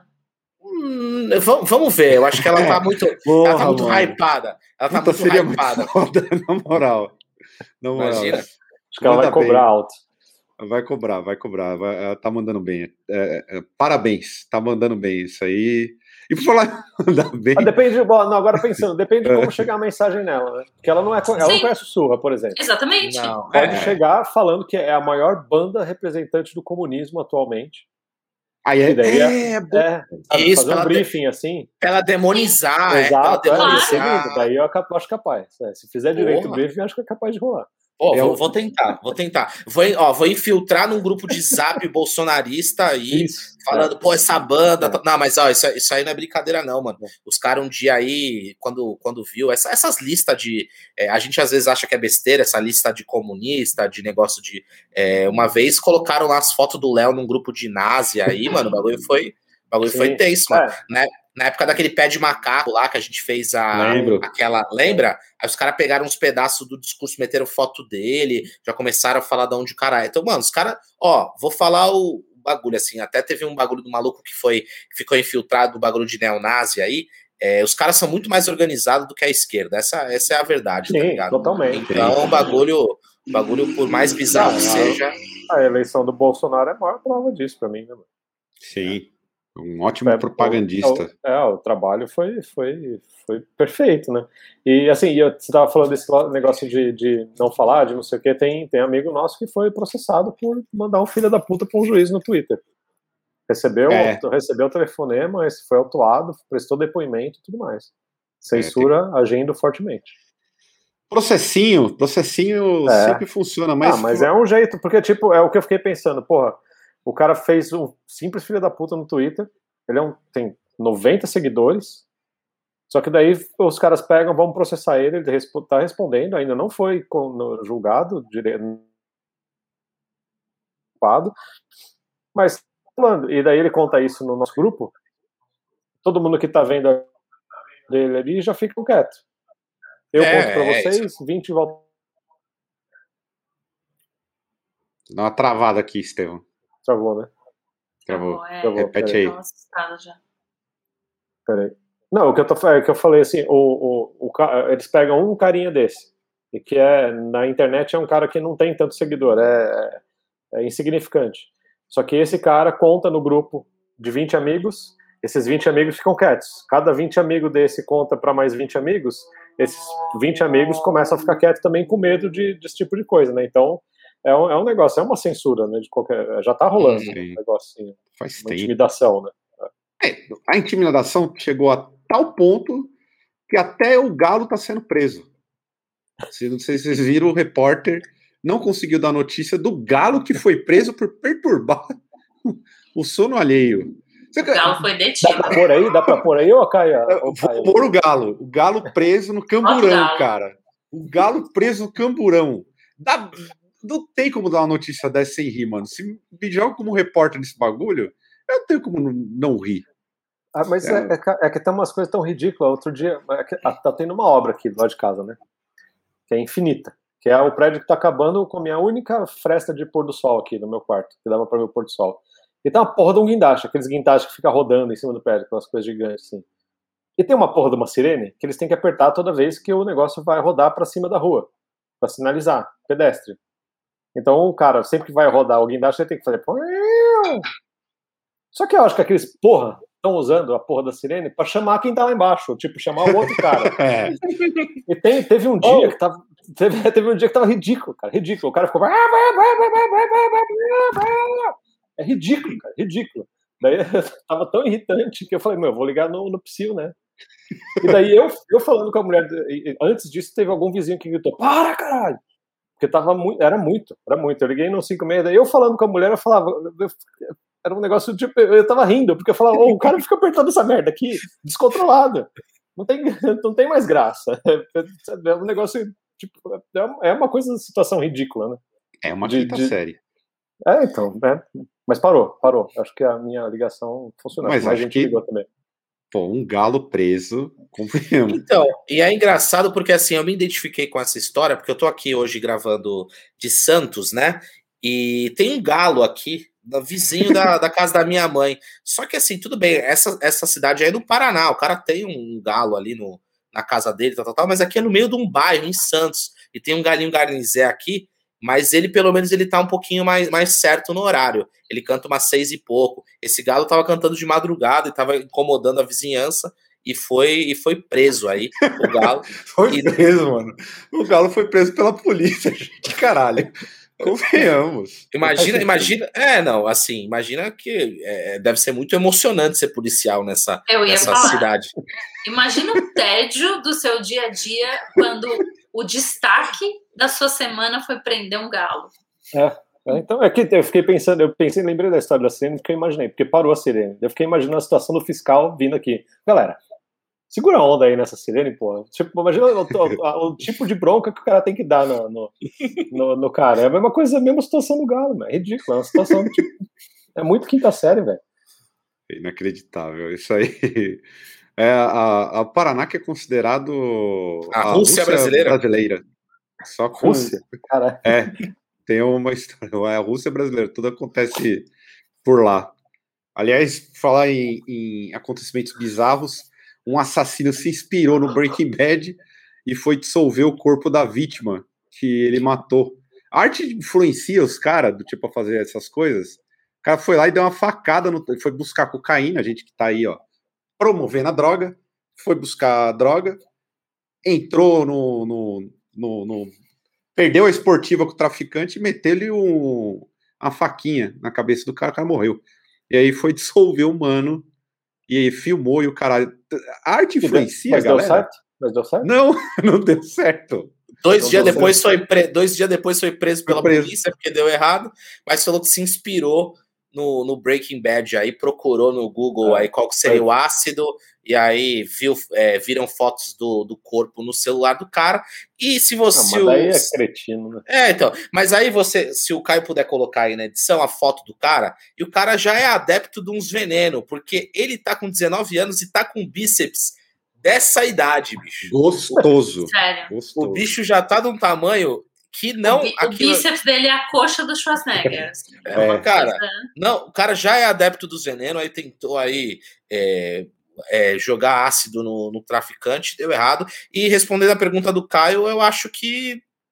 Hum, vamos, vamos ver, eu acho que ela tá muito, Porra, ela tá muito mano. hypada, ela tá Puta, muito seria hypada. muito foda, na moral. Na moral. Imagina. Acho que ela vai Manda cobrar bem. alto. Vai cobrar, vai cobrar. Vai- ela tá mandando bem. É, é, parabéns, tá mandando bem isso aí. E por falar mandar bem. Mas depende, bom, não, agora pensando, depende de como chegar a mensagem nela, né? Porque ela não, é, ela não Sim. conhece o Surra, por exemplo. Exatamente. Não, Pode é, chegar falando que é a maior banda representante do comunismo atualmente. Aí é, E daí é, é, bom. é, sabe, Isso, fazer um ela briefing assim. pra ela demonizar, é, pra ela Exato, é, ia ser demonizar. lindo. Daí eu cap- acho capaz. É, se fizer direito o Porra. briefing, acho que é capaz de rolar. Pô, É vou, o- vou tentar, vou tentar. Vou, in- ó, vou infiltrar num grupo de zap bolsonarista aí, Isso. falando, É. pô, essa banda. É. tá- Não, mas ó, isso, isso aí não é brincadeira, não, mano. Os caras um dia aí, quando, quando viu, essa- essas listas de. É, a gente às vezes acha que é besteira, essa lista de comunista, de negócio de. É, uma vez colocaram lá as fotos do Léo num grupo de nazi aí, mano, o bagulho foi. O bagulho Sim. foi tenso, mano. É. Né? Na época daquele pé de macaco lá que a gente fez a, Lembro. aquela. Lembra? Aí os caras pegaram uns pedaços do discurso, meteram foto dele, já começaram a falar de onde o cara é. Então, mano, os caras. Ó, vou falar o bagulho assim. Até teve um bagulho do maluco que foi que ficou infiltrado do bagulho de neonazi aí. É, os caras são muito mais organizados do que a esquerda. Essa, essa é a verdade, tá Sim, ligado? totalmente. Então, o bagulho, o bagulho, por mais bizarro Ah, que ah, seja. A eleição do Bolsonaro é a maior prova disso pra mim, né, mano? Sim. Um ótimo É, propagandista. O, é, o trabalho foi, foi, foi perfeito, né? E assim, eu, você estava falando desse negócio de, de não falar, de não sei o que, tem, tem amigo nosso que foi processado por mandar um filho da puta para um juiz no Twitter. Recebeu, É. recebeu o telefonema, esse foi autuado, prestou depoimento e tudo mais. Censura agindo fortemente. Processinho, processinho É. sempre funciona, mas. ah, mas é um jeito, porque tipo, é o que eu fiquei pensando, porra, o cara fez um simples filho da puta no Twitter, ele é um, tem noventa seguidores, só que daí os caras pegam, vão processar ele, ele respo- tá respondendo, ainda não foi com- no- julgado, direto, mas falando, e daí ele conta isso no nosso grupo, todo mundo que tá vendo dele ali já fica quieto. Eu É, conto pra é, vocês, vinte volta. Dá uma travada aqui, Estevão. Travou, né? Travou. É, Travou. Repete eu aí. tava assustada já. Peraí. Não, o que eu, tô, é que eu falei assim, o, o, o, ca- eles pegam um carinha desse e que é, na internet é um cara que não tem tanto seguidor, é, é insignificante. Só que esse cara conta no grupo de vinte amigos, esses vinte amigos ficam quietos. Cada vinte amigos desse conta para mais vinte amigos, esses vinte amigos começam a ficar quietos também com medo de, desse tipo de coisa, né? Então, é um, é um negócio, é uma censura, né? De qualquer, já tá rolando um negócio assim, Faz uma tempo. intimidação, né? É, a intimidação chegou a tal ponto que até o Galo tá sendo preso. Não sei se vocês viram, o repórter não conseguiu dar notícia do Galo que foi preso por perturbar o sono alheio. O Galo foi detido. Dá pra pôr aí? Dá pra pôr aí, ô Caia? Vou pôr o Galo. O Galo preso no Camburão, Galo. cara. O Galo preso no Camburão. Dá, não tem como dar uma notícia dessa sem rir, mano. Se me joga como repórter nesse bagulho, eu não tenho como não, não rir. Ah, mas é, é, é, é que tem umas coisas tão ridículas. Outro dia, é que, ah, tá tendo uma obra aqui do lado de casa, né? Que é infinita. Que é o prédio que tá acabando com a minha única fresta de pôr do sol aqui no meu quarto, que dava pra ver o pôr do sol. E tem uma porra de um guindaste, aqueles guindastes que fica rodando em cima do prédio, aquelas coisas gigantes assim. E tem uma porra de uma sirene que eles têm que apertar toda vez que o negócio vai rodar pra cima da rua, pra sinalizar, pedestre. Então o cara, sempre que vai rodar o guindaste, ele tem que fazer... Só que eu acho que aqueles porra estão usando a porra da sirene pra chamar quem tá lá embaixo, tipo, chamar o outro cara. É. E tem, teve um dia oh. que tava... Teve, teve um dia que tava ridículo, cara, ridículo. O cara ficou... É ridículo, cara, ridículo. Daí tava tão irritante que eu falei, meu, eu vou ligar no, no Psyu, né? E daí eu, eu falando com a mulher, antes disso teve algum vizinho que gritou, para, caralho! Porque tava muito, era muito, era muito. Eu liguei no cinco e meia, daí eu falando com a mulher, eu falava, eu, era um negócio, tipo, eu tava rindo, porque eu falava, oh, o cara fica apertando essa merda aqui, descontrolado. Não tem, não tem mais graça. É um negócio, tipo, é uma coisa, situação ridícula, né? É uma quinta de, série. É, então, é, mas parou, parou. Acho que a minha ligação funcionou. Mas mais acho que ligou também. Pô, um galo preso, confiamos. Então, e é engraçado porque assim, eu me identifiquei com essa história, porque eu tô aqui hoje gravando de Santos, né? E tem um galo aqui, vizinho da, da casa da minha mãe. Só que assim, tudo bem, essa, essa cidade aí é no Paraná, o cara tem um galo ali no, na casa dele, tal, tal, tal, mas aqui é no meio de um bairro, em Santos, e tem um galinho garnizé aqui, mas ele, pelo menos, ele tá um pouquinho mais, mais certo no horário. Ele canta umas seis e pouco. Esse galo tava cantando de madrugada e tava incomodando a vizinhança e foi, e foi preso aí, o galo. Foi e... preso, mano. O galo foi preso pela polícia, gente, caralho. Convenhamos. Imagina, imagina... É, não, assim, imagina que é, deve ser muito emocionante ser policial nessa, nessa cidade. Imagina o tédio do seu dia a dia quando o destaque da sua semana foi prender um galo. É, então é que eu fiquei pensando, eu pensei, lembrei da história da sirene que eu imaginei, porque parou a sirene. Eu fiquei imaginando a situação do fiscal vindo aqui. Galera, segura a onda aí nessa sirene, pô. Tipo, imagina o, o, o tipo de bronca que o cara tem que dar no, no, no, no cara. É a mesma coisa, a mesma situação do galo, velho. É ridículo, é uma situação tipo, é muito quinta série, velho. Inacreditável, isso aí. É a, a Paraná que é considerado a, a Rússia, Rússia brasileira. brasileira. Só com... Rússia, cara. É, tem uma história. É a Rússia brasileira, tudo acontece por lá. Aliás, falar em, em acontecimentos bizarros, um assassino se inspirou no Breaking Bad e foi dissolver o corpo da vítima que ele matou. A arte influencia os caras, do tipo, a fazer essas coisas. O cara foi lá e deu uma facada, no, foi buscar cocaína, a gente que tá aí, ó, promovendo a droga, foi buscar a droga, entrou no, no, no, no perdeu a esportiva com o traficante e meteu-lhe um, uma faquinha na cabeça do cara, o cara morreu. E aí foi dissolver o mano, e aí filmou e o caralho. A arte influencia, mas galera. Deu certo? Mas deu certo? Não, não deu certo. Dois, não dias deu depois certo. Foi pre... Dois dias depois foi preso pela foi preso. polícia, porque deu errado, mas falou que se inspirou no, no Breaking Bad, aí procurou no Google é, aí qual que seria é. o ácido, e aí viu, é, viram fotos do, do corpo no celular do cara, e se você... Não, mas daí é cretino, né? É, então, mas aí você, se o Caio puder colocar aí na edição a foto do cara, e o cara já é adepto de uns venenos, porque ele tá com dezenove anos e tá com bíceps dessa idade, bicho. Gostoso. Sério. Gostoso. O bicho já tá de um tamanho que não... O, bí- aquilo... o bíceps dele é a coxa do Schwarzenegger. Assim, é, é, cara, coisa... não, o cara já é adepto dos venenos, aí tentou aí é, é, jogar ácido no, no traficante, deu errado. E respondendo a pergunta do Caio, eu acho que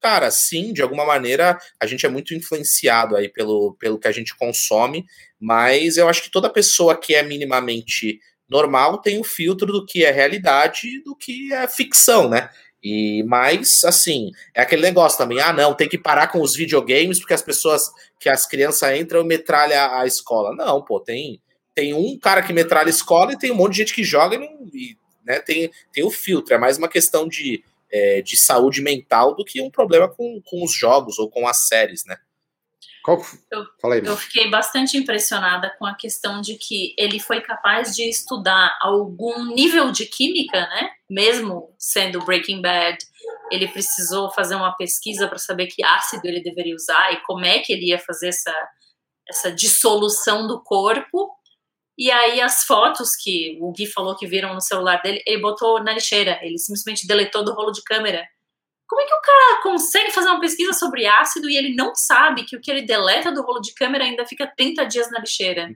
cara, sim, de alguma maneira a gente é muito influenciado aí pelo, pelo que a gente consome, mas eu acho que toda pessoa que é minimamente normal tem o filtro do que é realidade e do que é ficção, né? E, mas, assim, é aquele negócio também, ah, não, tem que parar com os videogames porque as pessoas, que as crianças entram e metralha a escola. Não, pô, tem, tem um cara que metralha a escola e tem um monte de gente que joga e, não, e né, tem, tem o filtro. É mais uma questão de, é, de saúde mental do que um problema com, com os jogos ou com as séries, né? Qual... Eu, Fala aí, eu fiquei bastante impressionada com a questão de que ele foi capaz de estudar algum nível de química, né? Mesmo sendo Breaking Bad, ele precisou fazer uma pesquisa para saber que ácido ele deveria usar e como é que ele ia fazer essa, essa dissolução do corpo. E aí as fotos que o Gui falou que viram no celular dele, ele botou na lixeira, ele simplesmente deletou do rolo de câmera. Como é que o cara consegue fazer uma pesquisa sobre ácido e ele não sabe que o que ele deleta do rolo de câmera ainda fica trinta dias na lixeira?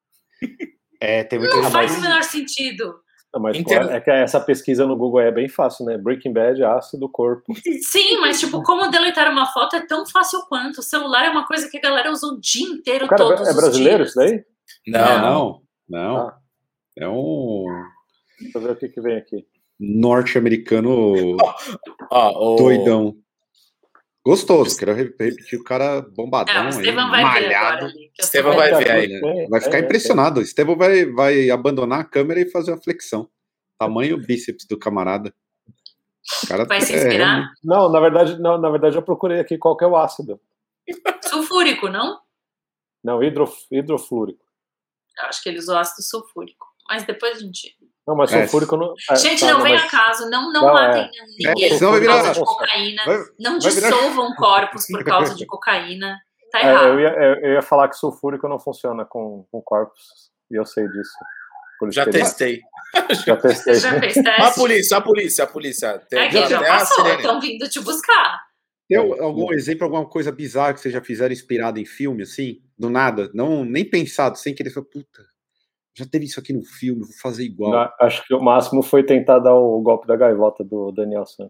É, tem muita Não gente- faz o menor sentido. Não, mas Entendo. pô, é que essa pesquisa no Google é bem fácil, né? Breaking Bad, ácido, corpo. Sim, mas tipo, como deletar uma foto é tão fácil quanto. O celular é uma coisa que a galera usa o dia inteiro, O cara todos é brasileiro os dias. isso daí? Não, Não, não. Ah. É um Deixa eu ver o que, que vem aqui. norte-americano Ó, o... doidão. Gostoso, quero re- repetir o cara bombadão É, o aí, Estevão vai ver malhado. agora. Ali, que eu Estevão tô vai vendo. ver aí. É, Vai ficar é, é, impressionado. O Estevão vai, vai abandonar a câmera e fazer uma flexão. Tamanho bíceps do camarada. O cara Vai se é, inspirar? realmente- Não, na verdade, não, na verdade eu procurei aqui qual que é o ácido. Sulfúrico, não? Não, hidro, hidroflúrico. Eu acho que ele usou ácido sulfúrico. Mas depois a gente... Não, mas É. sulfúrico não... é, Gente, tá, não vem mas- a caso. Não, não, Não, matem é. ninguém É, senão vai por virar- causa de cocaína. vai- não vai virar- dissolvam corpos por causa de cocaína. Tá É, errado. eu, ia, eu, eu ia falar que sulfúrico não funciona com, com corpos. E eu sei disso. Por Já experiência. testei. Já testei. Você já fez A teste? polícia, a polícia, a polícia. Tem É que já até a passou. sirene. Estão vindo te buscar. Tem al- algum exemplo, alguma coisa bizarra que vocês já fizeram inspirado em filme, assim? Do nada? Não, nem pensado, sem querer. Falar, puta, já teve isso aqui no filme, vou fazer igual. Na- acho que o máximo foi tentar dar o golpe da gaivota do Daniel San.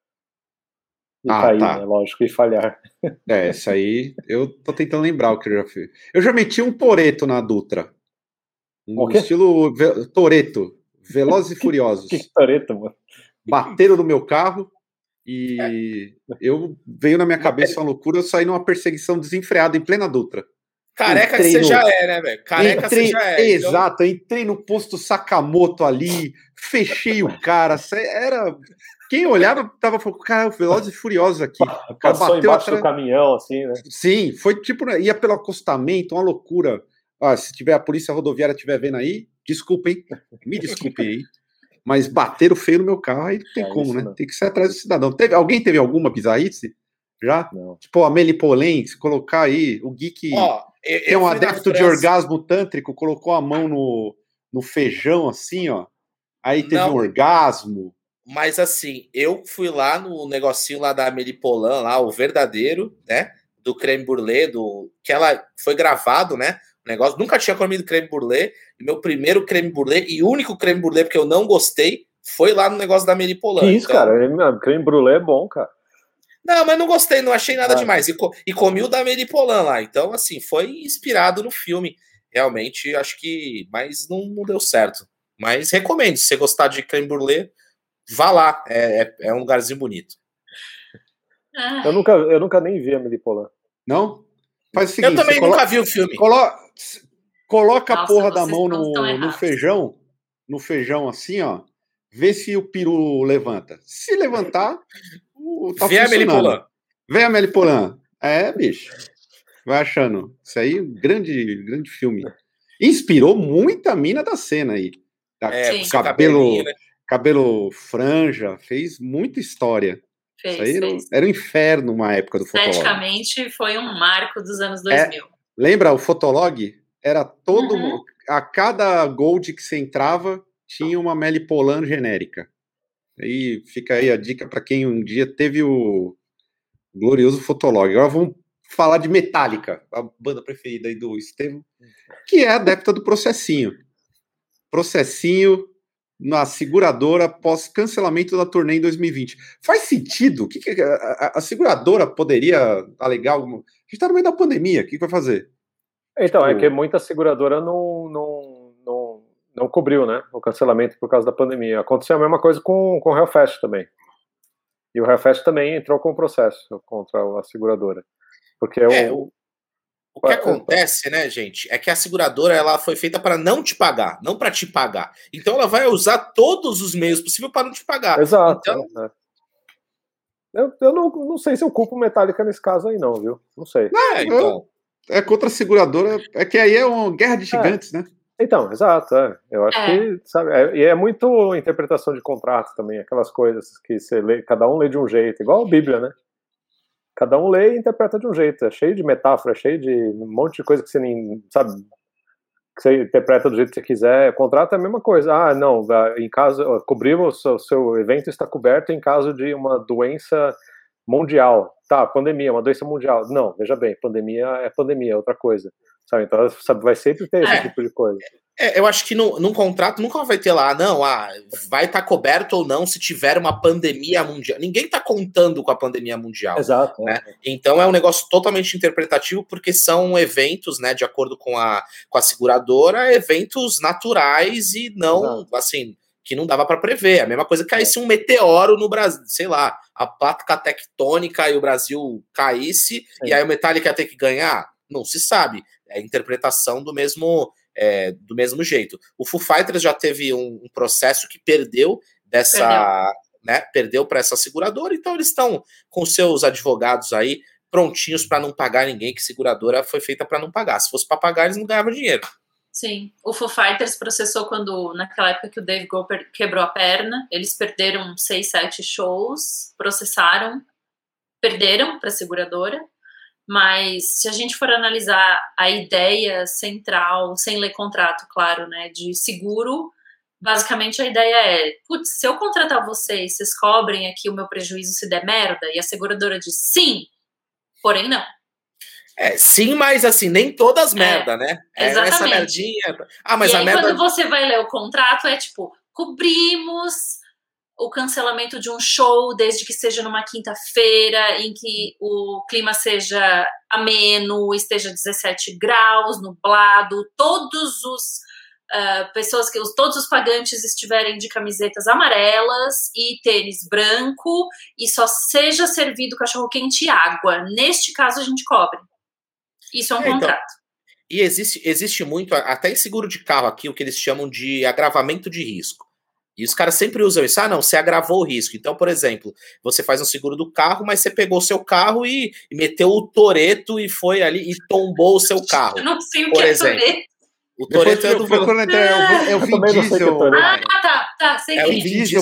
E Ah, cair, tá. né? Lógico, e falhar. É, isso aí eu tô tentando lembrar o que eu já fiz. Eu já meti um Toreto na Dutra. Um O quê? estilo ve Toreto, Velozes e Furiosos. Que careta, mano. Bateram no meu carro e eu veio na minha cabeça uma loucura, eu saí numa perseguição desenfreada em plena Dutra. Careca Entrei você no- já é, né, velho? Careca Entrei- você já é. então- Exato, eu entrei no posto Sakamoto ali, fechei o cara, sa- era... Quem olhava tava falando, cara, Velozes e Furiosos aqui. O cara Passou bateu embaixo atrás... do caminhão, assim, né? Sim, foi tipo, né, ia pelo acostamento, uma loucura. Ah, se tiver a polícia rodoviária estiver vendo aí, desculpem, me desculpem aí, mas bateram feio no meu carro, aí não tem É como, isso, né? né? Tem que ser atrás do cidadão. Teve, alguém teve alguma bizarrice? Já? Não. Tipo, a Amélie Poulain, se colocar aí, o Geek, Ó, eu, que é eu um fui na adepto de França- orgasmo tântrico, colocou a mão no, no feijão, assim, ó, aí teve Não. um orgasmo. Mas assim, eu fui lá no negocinho lá da Amélie Poulain, lá, o verdadeiro, né? Do creme brulee, do que ela foi gravado, né? O negócio, nunca tinha comido creme brulee. E meu primeiro creme brulee e único creme brulee porque eu não gostei foi lá no negócio da Amélie Poulain. Que isso, Então- cara? Ele- Creme brulee é bom, cara. Não, mas não gostei, não achei nada Ah. demais. E, co- e comi o da Amélie Poulain lá. Então, assim, foi inspirado no filme. Realmente, acho que. Mas não, não deu certo. Mas recomendo, se você gostar de creme brulee, vá lá. É, é, é um lugarzinho bonito. Ah, Eu nunca, eu nunca nem vi a Amélie Poulain. Não? Faz o seguinte, Eu também você nunca colo- vi o filme. colo- coloca a Nossa, porra da vocês mão não estão no, no errados. feijão, no feijão assim, ó, vê se o peru levanta. Se levantar, o- tá Vê a Amélie funcionando. Poulain. Vem a Amélie Poulain. É, bicho. Vai achando. Isso aí, grande, grande filme. Inspirou muita mina da cena aí. Da- É, Sim. com seu cabelo, cabelinho, né? cabelo franja, fez muita história. fez, Isso aí era, fez. era um inferno uma época do Fotolog. Esteticamente, foi um marco dos anos É. dois mil. Lembra o Fotolog? Era todo. Uhum. mu- A cada gold que você entrava, tinha uma Amélie Poulain genérica. Aí fica aí a dica para quem um dia teve o glorioso Fotolog. Agora vamos falar de Metallica, a banda preferida aí do Estevão, que é adepta do processinho. Processinho, na seguradora após cancelamento da turnê em dois mil e vinte. Faz sentido? O que, que a, a, a seguradora poderia alegar alguma... A gente está no meio da pandemia, o que, que vai fazer? Então, tipo... é que muita seguradora não, não, não, não cobriu, né, o cancelamento por causa da pandemia. Aconteceu a mesma coisa com, com o Hellfest também. E o Hellfest também entrou com processo contra a seguradora. Porque é, o... O que acontece, né, gente, é que a seguradora ela foi feita para não te pagar, não para te pagar. Então ela vai usar todos os meios possíveis para não te pagar. Exato. Então... É. Eu, eu não, não sei se eu culpo Metallica nesse caso aí, não, viu? Não sei. É, então... é contra a seguradora, é que aí é uma guerra de gigantes, é. né? Então, exato. É. Eu acho é. que, sabe, é, e é muito interpretação de contrato também, aquelas coisas que você lê, cada um lê de um jeito, igual a Bíblia, né? Cada um lê e interpreta de um jeito. É cheio de metáfora, é cheio de um monte de coisa que você nem sabe, que você interpreta do jeito que você quiser. O contrato é a mesma coisa. Ah, não, em caso, cobrimos, o seu, seu evento está coberto em caso de uma doença mundial. Tá, pandemia, uma doença mundial. Não, veja bem, pandemia é pandemia, é outra coisa. Sabe? Então, sabe, vai sempre ter esse é, tipo de coisa. É, eu acho que no, num contrato nunca vai ter lá, não, ah, vai estar tá coberto ou não se tiver uma pandemia mundial. Ninguém está contando com a pandemia mundial. Exato. Né? É. Então é um negócio totalmente interpretativo, porque são eventos, né, de acordo com a, com a seguradora, eventos naturais e não, Exato. assim, que não dava para prever. A mesma coisa que caísse é. um meteoro no Brasil, sei lá, a placa tectônica e o Brasil caísse, Sim. e aí o Metallica ia ter que ganhar? Não se sabe. É a interpretação do mesmo, é, do mesmo jeito. O Foo Fighters já teve um, um processo que perdeu dessa, perdeu, né, perdeu para essa seguradora, então eles estão com seus advogados aí prontinhos para não pagar ninguém, que seguradora foi feita para não pagar. Se fosse para pagar, eles não ganhavam dinheiro. Sim, o Foo Fighters processou quando, naquela época que o Dave Grohl quebrou a perna, eles perderam seis, sete shows, processaram, perderam para a seguradora. Mas se a gente for analisar a ideia central, sem ler contrato, claro, né, de seguro, basicamente a ideia é, putz, se eu contratar vocês, vocês cobrem aqui o meu prejuízo se der merda? E a seguradora diz sim, porém não. É, sim, mas assim, nem todas merda, é, né? É exatamente. Essa merdinha. Ah, mas e a aí, merda... quando você vai ler o contrato, é tipo, cobrimos o cancelamento de um show, desde que seja numa quinta-feira, em que o clima seja ameno, esteja dezessete graus, nublado, todos os uh, pessoas que os, todos os pagantes estiverem de camisetas amarelas e tênis branco, e só seja servido cachorro-quente e água. Neste caso, a gente cobre. Isso é um é, contrato. Então, e existe, existe muito, até em seguro de carro aqui, o que eles chamam de agravamento de risco. E os caras sempre usam isso. Ah, não, você agravou o risco. Então, por exemplo, você faz um seguro do carro, mas você pegou o seu carro e, e meteu o toreto e foi ali e tombou o seu carro. Eu não sei o por que exemplo. é toreto. O toreto é do... É o Vin Diesel. Ah, tá, tá. Sei é o Vin Diesel.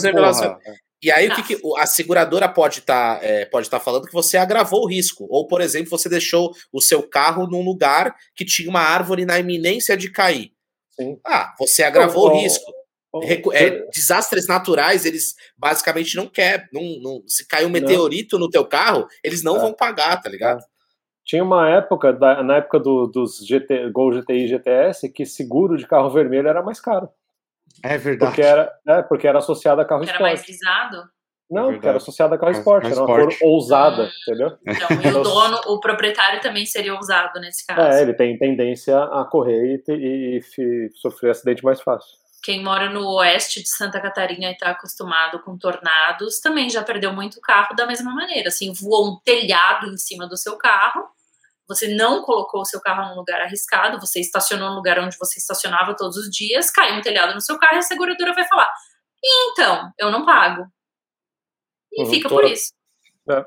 E aí, tá. o que, que a seguradora pode estar tá, é, pode tá falando que você agravou o risco. Ou, por exemplo, você deixou o seu carro num lugar que tinha uma árvore na iminência de cair. Sim. Ah, você agravou oh, o risco. É, desastres naturais, eles basicamente não querem. Não, não, se cair um meteorito não. no teu carro, eles não é. vão pagar, tá ligado? É. Tinha uma época, na época do, dos G T, Gol G T I e G T S, que seguro de carro vermelho era mais caro. É verdade. Porque era, é, porque era associado a carro era esporte. Era mais visado? Não, é porque era associado a carro esporte. Era uma cor ousada, entendeu? Então, e o dono, o proprietário também seria ousado nesse caso. É, ele tem tendência a correr e, e, e sofrer acidente mais fácil. Quem mora no oeste de Santa Catarina e está acostumado com tornados também já perdeu muito carro da mesma maneira. Assim, voou um telhado em cima do seu carro, você não colocou o seu carro num lugar arriscado, você estacionou no lugar onde você estacionava todos os dias, caiu um telhado no seu carro e a seguradora vai falar, então, eu não pago. E uhum, fica tô... por isso. É.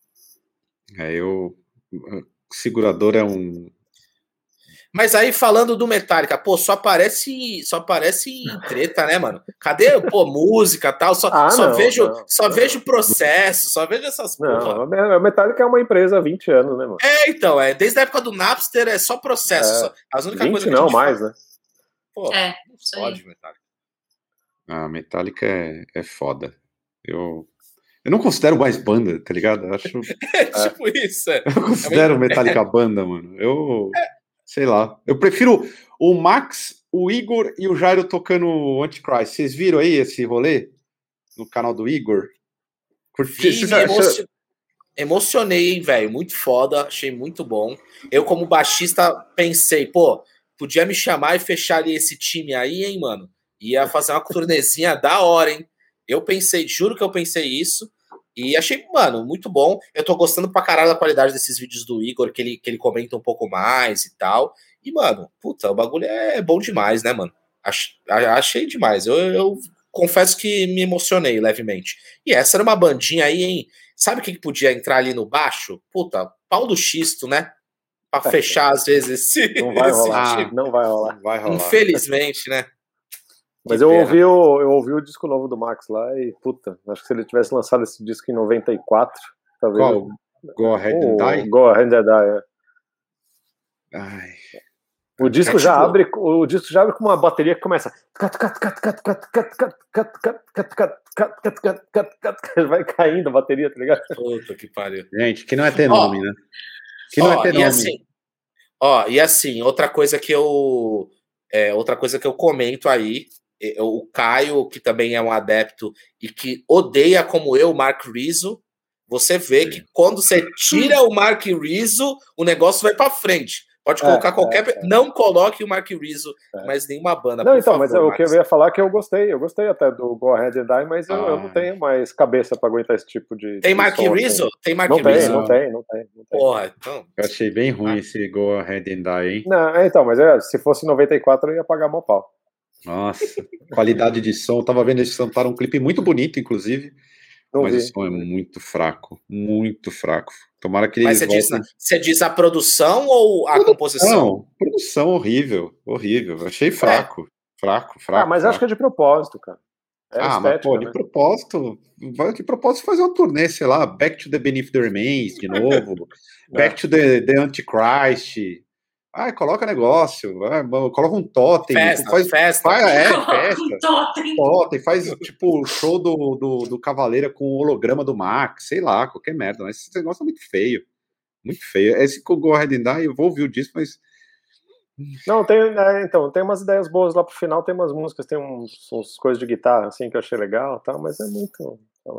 É, eu... Segurador é um... Mas aí, falando do Metallica, pô, só aparece, só aparece em treta, né, mano? Cadê, pô, música e tal? Só, ah, só, não, vejo, não, só não. vejo processo, só vejo essas porra. Não, a Metallica é uma empresa há vinte anos, né, mano? É, então, é, desde a época do Napster é só processo. É, só. As únicas coisas que não, mais, faz... né? Pô, é, pode, Metallica. A Metallica é, é foda. Eu... Eu não considero mais banda, tá ligado? Eu acho... é tipo é. isso, é. Eu considero é Metallica banda, mano. Eu... É. Sei lá. Eu prefiro o Max, o Igor e o Jairo tocando Antichrist. Vocês viram aí esse rolê? No canal do Igor? Curti, Vi, me emocio... emocionei, hein, velho? Muito foda, achei muito bom. Eu, como baixista, pensei, pô, podia me chamar e fechar ali esse time aí, hein, mano? Ia fazer uma turnezinha da hora, hein? Eu pensei, juro que eu pensei isso. E achei, mano, muito bom. Eu tô gostando pra caralho da qualidade desses vídeos do Igor, que ele, que ele comenta um pouco mais e tal. E, mano, puta, o bagulho é bom demais, né, mano? Ach, achei demais. Eu, eu confesso que me emocionei levemente. E essa era uma bandinha aí, hein? Sabe o que podia entrar ali no baixo? Puta, pau do xisto, né? Pra é, fechar, às vezes, esse. Não vai esse rolar. Tipo. Não vai rolar. Não vai rolar. Infelizmente, né? Mas eu ouvi, o, eu ouvi o disco novo do Max lá e, puta, acho que se ele tivesse lançado esse disco em noventa e quatro, talvez. Qual? Eu... Go Ahead and Die? Go Ahead and Die, é. Ai. O disco, já abre, o disco já abre com uma bateria que começa. Vai caindo a bateria, tá ligado? Puta que pariu. Gente, que não é ter nome, oh, né? Que não oh, é ter e nome. Assim, ó, e assim, outra coisa que eu. É, outra coisa que eu comento aí. O Caio, que também é um adepto e que odeia, como eu, o Mark Rizzo. Você vê que quando você tira o Mark Rizzo, o negócio vai pra frente. Pode colocar é, qualquer. É, é. Não coloque o Mark Rizzo, é. mas nenhuma banda. Não, por então, favor, mas eu, o Max. que eu ia falar é que eu gostei. Eu gostei até do Go Ahead and Die, mas eu, eu não tenho mais cabeça pra aguentar esse tipo de. Tem de Mark som, Rizzo? Né? Tem Mark não Rizzo? Tem, não tem, não tem, não tem. Porra, então. Eu achei bem ruim ah. esse Go Ahead and Die, hein? Não, é, então, mas é, se fosse noventa e quatro, eu ia pagar mal pau. Nossa, qualidade de som. Eu tava vendo eles cantaram um clipe muito bonito, inclusive. Não mas vi. O som é muito fraco, muito fraco. Tomara que Mas eles você, voltem... diz, você diz a produção ou a produção, composição? Produção horrível, horrível. Achei fraco, é. fraco, fraco. Ah, mas fraco. acho que é de propósito, cara. É ah, estética, mas pô, de né? propósito, vai de propósito fazer uma turnê, sei lá, Back to the Beneath the Remains de novo, Back to the, the Antichrist. Ah, coloca negócio, vai, coloca um totem. Festa, faz, festa. Faz, é, coloca festa. Um totem. totem. Faz tipo o show do, do, do Cavaleira com o holograma do Max, sei lá, qualquer merda. Mas esse negócio é muito feio. Muito feio. Esse que eu Go Ahead and Die, eu vou ouvir o disco, mas. Não, tem, é, então, tem umas ideias boas lá pro final, tem umas músicas, tem uns, uns coisas de guitarra assim que eu achei legal e tal, mas é muito.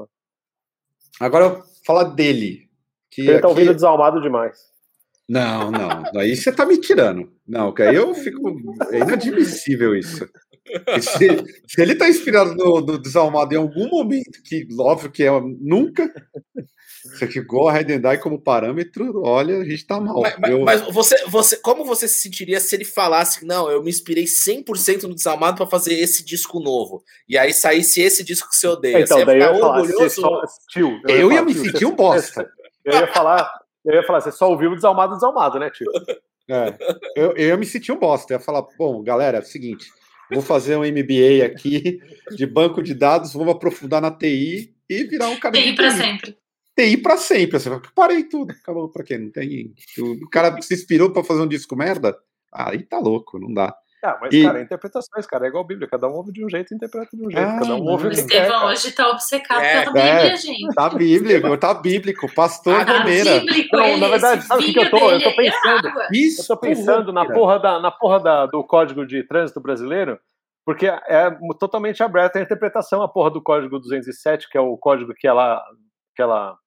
Agora, falar dele. Que ele tá aqui... ouvindo Desalmado demais. Não, não. Aí você tá me tirando. Não, que aí eu fico. É inadmissível isso. Se, se ele tá inspirado no, no Desalmado em algum momento, que óbvio que é nunca. Isso aqui, Go Ahead and Die como parâmetro, olha, a gente tá mal. Mas, eu... mas você, você, como você se sentiria se ele falasse, não, eu me inspirei cem por cento no Desalmado para fazer esse disco novo, e aí saísse esse disco que você odeia? Então, você ia daí ficar eu ia orgulhoso? Falar, só, tio, eu, eu ia, ia me tio, sentir você, um bosta. Eu ia falar, eu ia falar, você só ouviu o Desalmado, Desalmado, né, tio? É, eu, eu ia me sentir um bosta. Eu ia falar, bom, galera, é o seguinte, vou fazer um M B A aqui de banco de dados, vou aprofundar na T I e virar um cara T I de para sempre. T I para sempre. Assim, parei tudo, acabou para quê? Não tem. O cara se inspirou para fazer um disco merda? Ah, aí tá louco, não dá. Ah, mas, e... cara, interpretações, cara, é igual a Bíblia, cada um ouve de um jeito e interpreta de um jeito, ah, cada um ouve o que quer. O Estevão hoje tá obcecado é, pela Bíblia, é, gente. Tá bíblico, tá bíblico, pastor ah, Romeira. Bíblico, não, na verdade, sabe o que, que eu tô? Eu tô pensando. Isso, eu tô pensando na porra, da, na porra da, do Código de Trânsito Brasileiro, porque é totalmente aberta a interpretação, a porra do Código duzentos e sete, que é o código que ela. Que ela,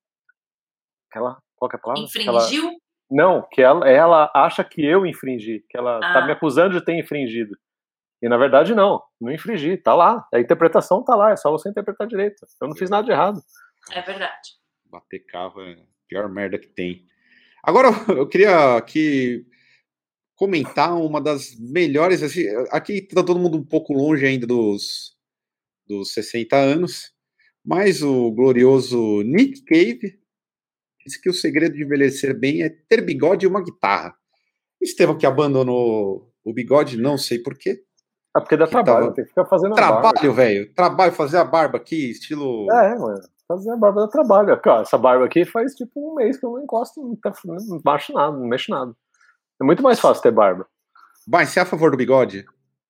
que ela qual que é a palavra? Infringiu? Que ela, não, que ela, ela acha que eu infringi, que ela ah. tá me acusando de ter infringido. E na verdade não, não infringi, tá lá. A interpretação tá lá, é só você interpretar direito. Eu não fiz nada de errado. É verdade. Bater carro é a pior merda que tem. Agora, eu queria aqui comentar uma das melhores. Assim, aqui tá todo mundo um pouco longe ainda dos, dos sessenta anos, mas o glorioso Nick Cave disse que o segredo de envelhecer bem é ter bigode e uma guitarra. O Estevão que abandonou o bigode, não sei porquê. É porque dá que trabalho, tava... tem que ficar fazendo trabalho, a barba. velho. Trabalho, fazer a barba aqui, estilo... É, mano. Fazer a barba dá trabalho. Cara, essa barba aqui faz tipo um mês que eu não encosto, não, tá, não baixo nada, não mexo nada. É muito mais fácil ter barba. Mas você é a favor do bigode?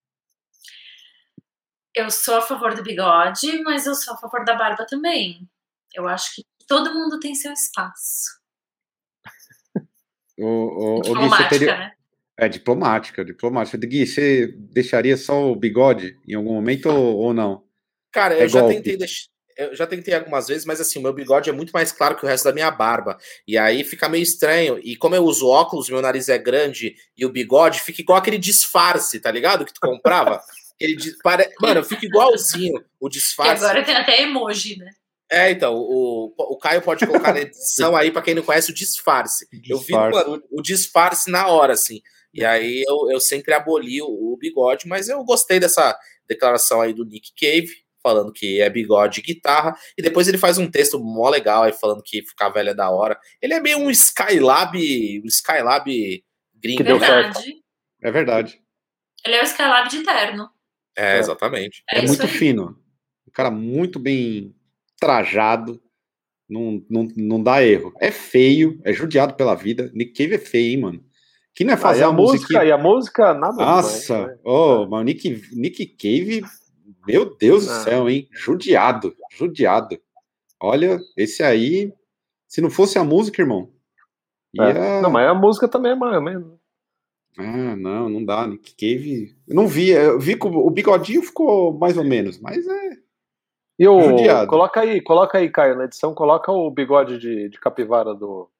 Eu sou a favor do bigode, mas eu sou a favor da barba também. Eu acho que todo mundo tem seu espaço. O, o, o diplomática, teria... né? É diplomática, diplomática. Gui, você deixaria só o bigode em algum momento ou, ou não? Cara, eu É já golpe. tentei deixar. Eu já tentei algumas vezes, mas assim, o meu bigode é muito mais claro que o resto da minha barba. E aí fica meio estranho. E como eu uso óculos, meu nariz é grande e o bigode fica igual aquele disfarce, tá ligado? Que tu comprava. Ele dis- pare... Mano, eu fico igualzinho o Que disfarce. agora tem até emoji, né? É, então, o, o Caio pode colocar na edição aí, pra quem não conhece, o disfarce. Eu vi, Disfarce. mano, o disfarce na hora, assim. E aí eu, eu sempre aboli o, o bigode, mas eu gostei dessa declaração aí do Nick Cave, falando que é bigode e guitarra, e depois ele faz um texto mó legal aí, falando que ficar velho é da hora. Ele é meio um Skylab, um Skylab gringo, Que deu né? Verdade. É verdade. Ele é o Skylab de terno. É, exatamente. É, É, isso muito aí. fino. Um cara muito bem trajado. Não, não, não dá erro. É feio, é judiado pela vida. Nick Cave é feio, hein, mano? Que não é Ah, fazer e a uma música, musiquinha. e a música, nada Nossa, demais, né? oh, mas o Nick, Nick Cave, meu Deus do Ah. céu, hein? Judiado, judiado. Olha, esse aí, se não fosse a música, irmão, ia... É. Não, mas a música também é mais mesmo. Ah, não, não dá. Nick Cave, eu não vi, eu vi que o bigodinho ficou mais ou menos, mas é E o. judiado. Coloca aí, coloca aí, Caio, na edição, coloca o bigode de, de capivara do.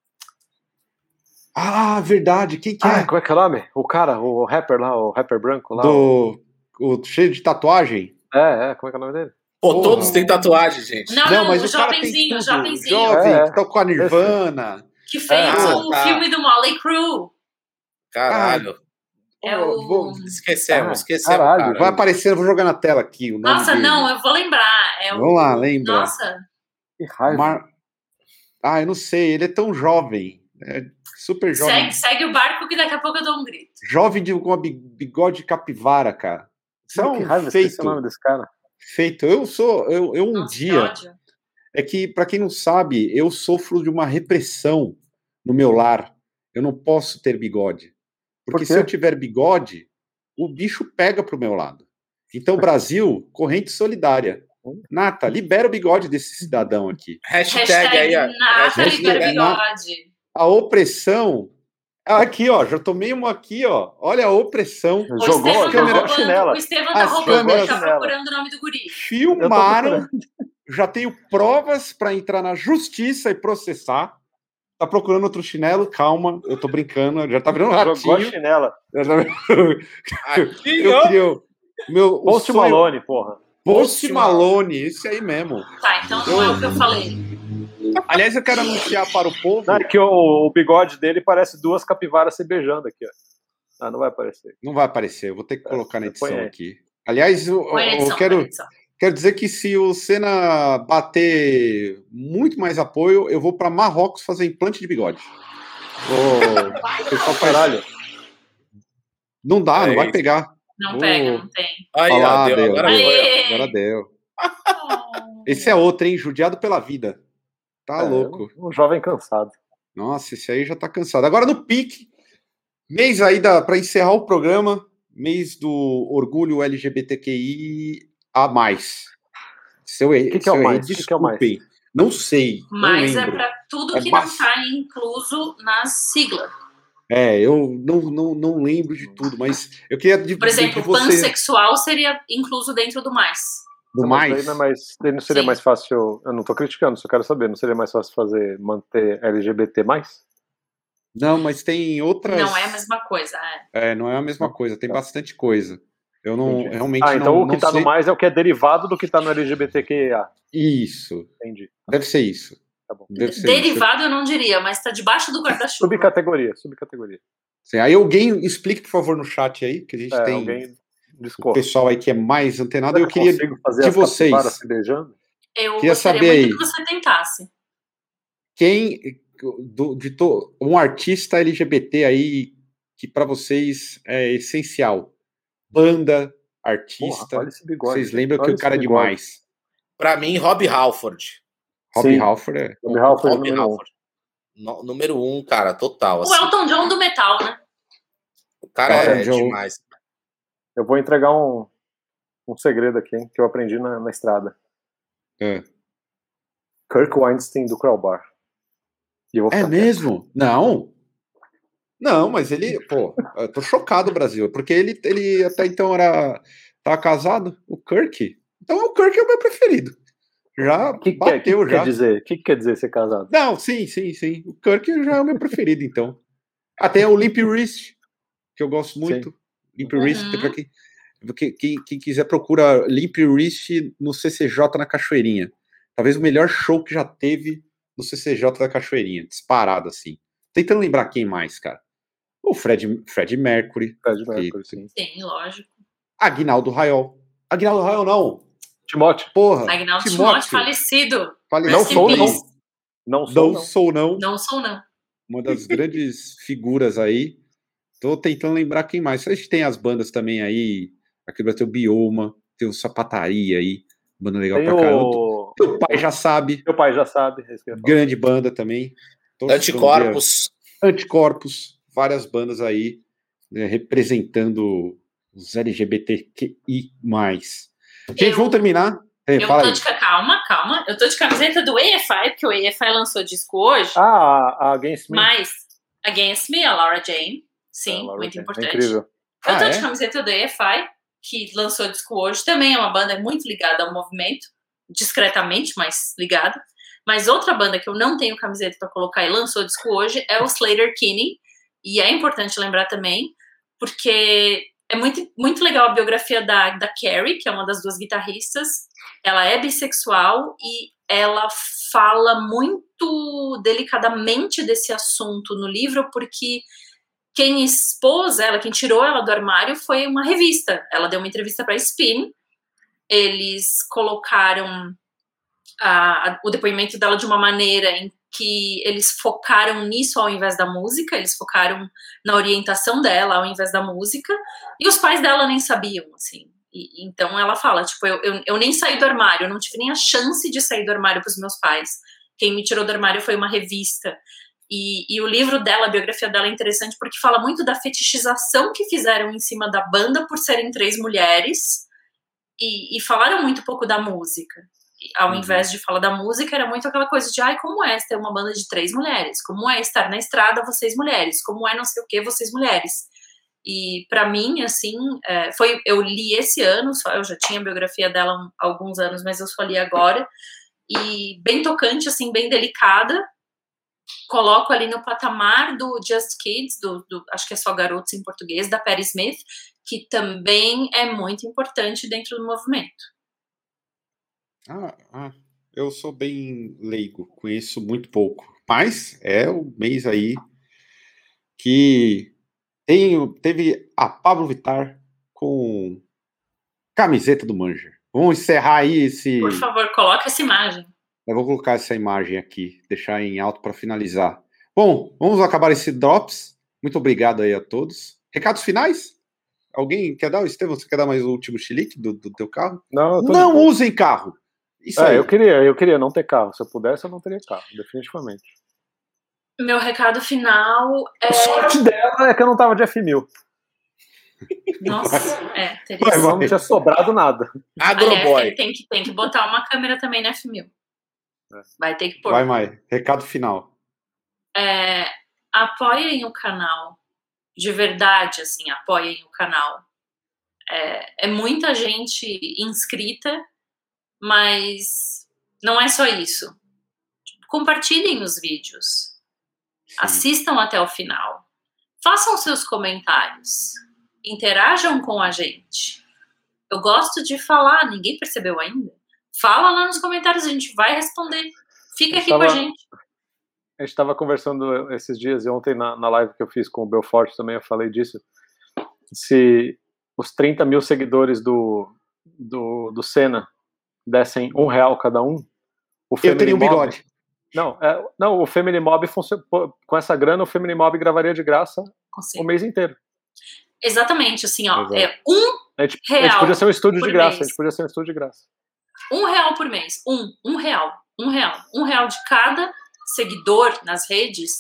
Ah, verdade, quem que Ah, é? como é que é o nome? O cara, o rapper lá, o rapper branco lá. Do o cheio de tatuagem? O... É, é, como é que é o nome dele? Pô, Porra. todos têm tatuagem, gente. Não, Não, não, mas o o cara tem jovenzinho, o tudo. jovenzinho. Jovem, É, que tá com a Nirvana. Que fez Ah, o tá. filme do Motley Crue. Caralho. É Ó, o... vou- Esquecemos, Ah, esquecemos, caralho. cara. Vai aparecer, eu vou jogar na tela aqui o nome Nossa, dele. não, eu vou lembrar. É Vamos o... lá, lembra. Nossa, Que raiva. Mar... Ah, eu não sei, ele é tão jovem. É super jovem. segue, segue o barco que daqui a pouco eu dou um grito. Jovem de com uma bi- bigode capivara, cara. Isso é que um raiva, esqueci feito. o nome desse cara. Feito. Eu sou, eu, eu um Nossa, que dia. ódio. É que, para quem não sabe, eu sofro de uma repressão no meu lar. Eu não posso ter bigode. Porque Por quê? se eu tiver bigode, o bicho pega pro meu lado. Então, Brasil, corrente solidária. Nata, libera o bigode desse cidadão aqui. Hashtag, Hashtag aí, ó. Nata Hashtag libera libera- bigode. A opressão. Aqui, ó, já tomei uma aqui, ó. Olha a opressão. O Jogou, Estevão tá câmera- roubando, chinela. o Estevão tá As roubando, câmeras- tá chinela. procurando o nome do guri. Filmaram. Já tenho provas para entrar na justiça e processar. Tá procurando outro chinelo? Calma, eu tô brincando. Já tá virando Jogou a ratinho. chinela. Já tá- Aqui, Eu ó. queria. o Meu, o Post sonho- Malone, porra. Post Malone, esse aí mesmo. Tá, então não é o que eu falei. Aliás, eu quero anunciar para o povo. Não, é que o, o bigode dele parece duas capivaras se beijando aqui, ó. Ah, não vai aparecer. Não vai aparecer, eu vou ter que colocar na edição põe aí. aqui. Aliás, eu, Põe a edição, eu põe a quero, edição. quero dizer que se o Senna bater muito mais apoio, eu vou para Marrocos fazer implante de bigode. Ô, O pessoal faz- caralho. Não dá, É não vai isso. pegar. Não Oh. pega, não tem. Aí, Olha lá, ó, deu, deu, agora deu. foi, ó. Aê! Agora deu. Esse é outro, hein? Judiado pela vida. Tá É, louco. Um jovem cansado. Nossa, esse aí já tá cansado. Agora no pique, mês aí para encerrar o programa, mês do orgulho L G B T Q I a mais. Se eu errei, Que que é o se eu errei, mais? Que que é o mais? desculpem. Não sei. não Mas é lembro. pra tudo É que bas- não tá incluso na sigla. É, eu não, não, não lembro de tudo, mas eu queria de, Por exemplo, de você pansexual seria incluso dentro do mais. do Mas mais. daí não, é mais, daí não seria Sim. mais fácil. Eu não tô criticando, só quero saber. Não seria mais fácil fazer, manter L G B T mais? Não, mas tem outras. Não é a mesma coisa. É. É, não é a mesma coisa. Tem Tá. bastante coisa. Eu não Entendi. realmente Ah, então não, o que não tá sei. no mais é o que é derivado do que tá no L G B T Q I A. Isso. Entendi. Deve ser isso. Tá bom. Deve ser Derivado eu não diria, mas tá debaixo do guarda-chuva. Subcategoria, subcategoria. isso. Sim, aí alguém explique, por favor, no chat aí, que a gente É, tem alguém o discorre. pessoal aí que é mais antenado. Será Eu que queria consigo fazer de as vocês. capivaras se beijando? Eu Queria gostaria saber muito aí. que você tentasse. Quem do, de to, um artista L G B T aí que para vocês é essencial. Banda, artista. Porra, olha esse bigode. Vocês lembram que Olha o cara é esse bigode. demais. Pra mim, Rob Halford. Rob Sim. Halford é. Rob Halford, Rob número um. Halford. No- número um, cara, total. O Assim. Elton John do metal, né? O cara Elton é John. demais. Eu vou entregar um, um segredo aqui, hein, que eu aprendi na, na estrada. É, Kirk Weinstein do Crowbar. E eu vou é ficar mesmo? Não. Não, mas ele, pô, eu tô chocado, Brasil, porque ele, ele até então era tava casado, o Kirk. Então o Kirk é o meu preferido. Já O que, que, bateu, que já. quer dizer? O que, que quer dizer ser casado? Não, sim, sim, sim. O Kirk já é o meu preferido, então. Até o Limp Wrist, que eu gosto muito. Sim. Limp Wrist, uhum. Pra quem, quem, quem, quem quiser procura Limp Wrist no C C J na Cachoeirinha. Talvez o melhor show que já teve no C C J da Cachoeirinha, disparado assim. Tentando lembrar quem mais, cara. O Fred, Fred Mercury. Fred Mercury, que, sim. Sim, lógico. Aguinaldo Raiol. Aguinaldo Raiol, não. Timóteo. Porra. Aguinaldo Timóteo, falecido. Falecido. Não sou, não. Não sou, não. não. Sou, não. Não sou, não. Uma das grandes figuras aí. Tô tentando lembrar quem mais. A gente tem as bandas também aí. Aqui vai ter o Bioma, tem o Sapataria aí. Banda legal tem pra caramba. O... Teu pai já sabe. Teu pai já sabe. Grande banda também. Todos Anticorpos. Anticorpos. Várias bandas aí, né, representando os L G B T Q I mais. Gente, eu, vamos terminar? É, eu tô de, calma, calma. Eu tô de camiseta do A F I, porque o A F I lançou disco hoje. Ah, a Against Me. Mas, Against Me, a Laura Jane. Sim, Laura muito Jane. Importante. É incrível. Eu tô ah, de é? camiseta do A F I, que lançou disco hoje. Também é uma banda muito ligada ao movimento. Discretamente, mas ligada. Mas outra banda que eu não tenho camiseta pra colocar e lançou disco hoje é o Sleater-Kinney. E é importante lembrar também, porque é muito, muito legal a biografia da, da Carrie, que é uma das duas guitarristas. Ela é bissexual e ela fala muito delicadamente desse assunto no livro, porque quem expôs ela, quem tirou ela do armário foi uma revista. Ela deu uma entrevista para Spin, eles colocaram a, a, o depoimento dela de uma maneira em que eles focaram nisso ao invés da música, eles focaram na orientação dela ao invés da música, e os pais dela nem sabiam, assim. E, então ela fala, tipo, eu, eu, eu nem saí do armário, eu não tive nem a chance de sair do armário pros meus pais. Quem me tirou do armário foi uma revista. E, e o livro dela, a biografia dela é interessante porque fala muito da fetichização que fizeram em cima da banda por serem três mulheres, e, e falaram muito pouco da música. Ao invés de falar da música, era muito aquela coisa de, ai, como é ter uma banda de três mulheres? Como é estar na estrada, vocês mulheres? Como é não sei o que, vocês mulheres? E pra mim, assim, é, foi, eu li esse ano, só, eu já tinha a biografia dela há alguns anos, mas eu só li agora, e bem tocante, assim, bem delicada. Coloco ali no patamar do Just Kids, do, do, acho que é só Garotos em português, da Patti Smith, que também é muito importante dentro do movimento. Ah, ah, eu sou bem leigo, conheço muito pouco, mas é o mês aí que tem, teve a Pablo Vittar com camiseta do Manger. Vamos encerrar aí esse... Por favor, coloca essa imagem. Eu vou colocar essa imagem aqui, deixar em alto para finalizar. Bom, vamos acabar esse Drops. Muito obrigado aí a todos. Recados finais? Alguém quer dar? Estevão, você quer dar mais o último chilique do, do teu carro? Não, não usem carro. Isso é, aí. eu queria, eu queria não ter carro. Se eu pudesse, eu não teria carro, definitivamente. Meu recado final é... A sorte dela é que eu não tava de F mil. Nossa, é, teria Mas não tinha sobrado nada. Agroboy. Tem, tem, que, tem que botar uma câmera também na F mil. É. Vai ter que pôr. Vai, Mai. Recado final. É, apoiem o canal. De verdade, assim, apoiem o canal. É, é muita gente inscrita, mas não é só isso. Compartilhem os vídeos. Sim. Assistam até o final. Façam seus comentários. Interajam com a gente. Eu gosto de falar, ninguém percebeu ainda? Fala lá nos comentários, a gente vai responder. Fica aqui tava, com a gente. A gente estava conversando esses dias, e ontem na, na live que eu fiz com o Belfort também eu falei disso. Se os trinta mil seguidores do, do, do Senna dessem um real cada um, o eu teria um bigode. Não, é, não, o Family Mob, com essa grana, o Family Mob gravaria de graça o mês inteiro. Exatamente, assim, ó, é um a gente, real. A gente podia ser um estúdio de graça, mês. a gente podia ser um estúdio de graça. Um real por mês, um, um real, um real, um real de cada seguidor nas redes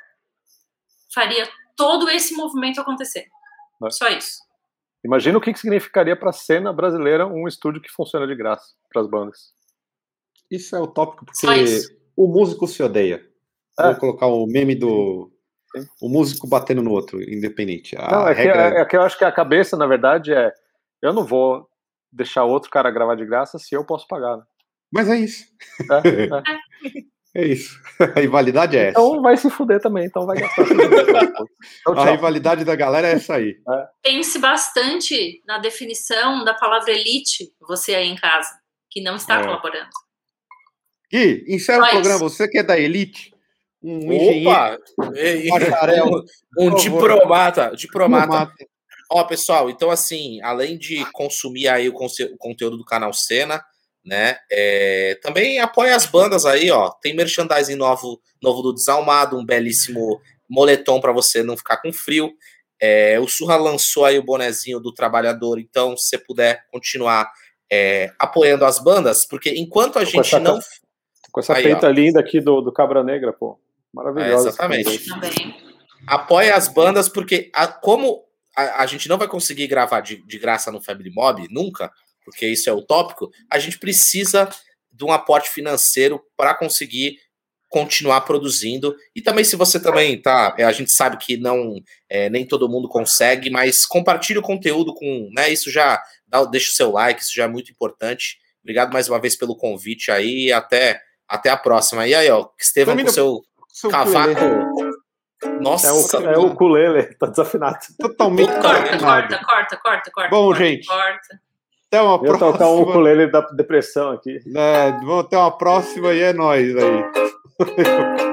faria todo esse movimento acontecer. É. Só isso. Imagina o que significaria para a cena brasileira um estúdio que funciona de graça para as bandas. Isso é utópico, porque o músico se odeia. É. Vou colocar o meme do o músico batendo no outro, independente. A não, é, regra... que, é, é que eu acho que a cabeça, na verdade, é eu não vou deixar outro cara gravar de graça se eu posso pagar. Né? Mas é isso. É, é. É isso. A rivalidade é essa. Então vai se fuder também, então vai gastar. Então, a rivalidade da galera é essa aí. É. Pense bastante na definição da palavra elite, você aí em casa, que não está é. colaborando. Gui, encerra Mas... o programa. Você que é da elite, um Opa! engenheiro, um bacharel, um, um diplomata. Diplomata. Ó, pessoal, então assim, além de consumir aí o, o conteúdo do canal Cena, né, é, também apoia as bandas aí, ó, tem merchandising novo, novo do Desalmado, um belíssimo moletom para você não ficar com frio, é, o Surra lançou aí o bonezinho do trabalhador, então se você puder continuar é, apoiando as bandas, porque enquanto a gente não... Com essa aí, peita ó. linda aqui do, do Cabra Negra, pô, maravilhosa. É, exatamente. Apoia as bandas, porque a, como a, a gente não vai conseguir gravar de, de graça no Family Mob, nunca, porque isso é utópico, a gente precisa de um aporte financeiro para conseguir continuar produzindo. E também, se você também tá, a gente sabe que não é, nem todo mundo consegue, mas compartilhe o conteúdo com, né? Isso já dá, deixa o seu like, isso já é muito importante. Obrigado mais uma vez pelo convite aí e até, até a próxima. E aí, ó, Estevão com o seu, seu cavaco. Nossa, é o, é o ukulele, tá desafinado. Totalmente corta, corta, corta, corta, corta. Bom, corta, gente. Corta. Até uma Eu próxima. tocar um ukulele da depressão aqui. É, vamos ter uma próxima e é nóis aí.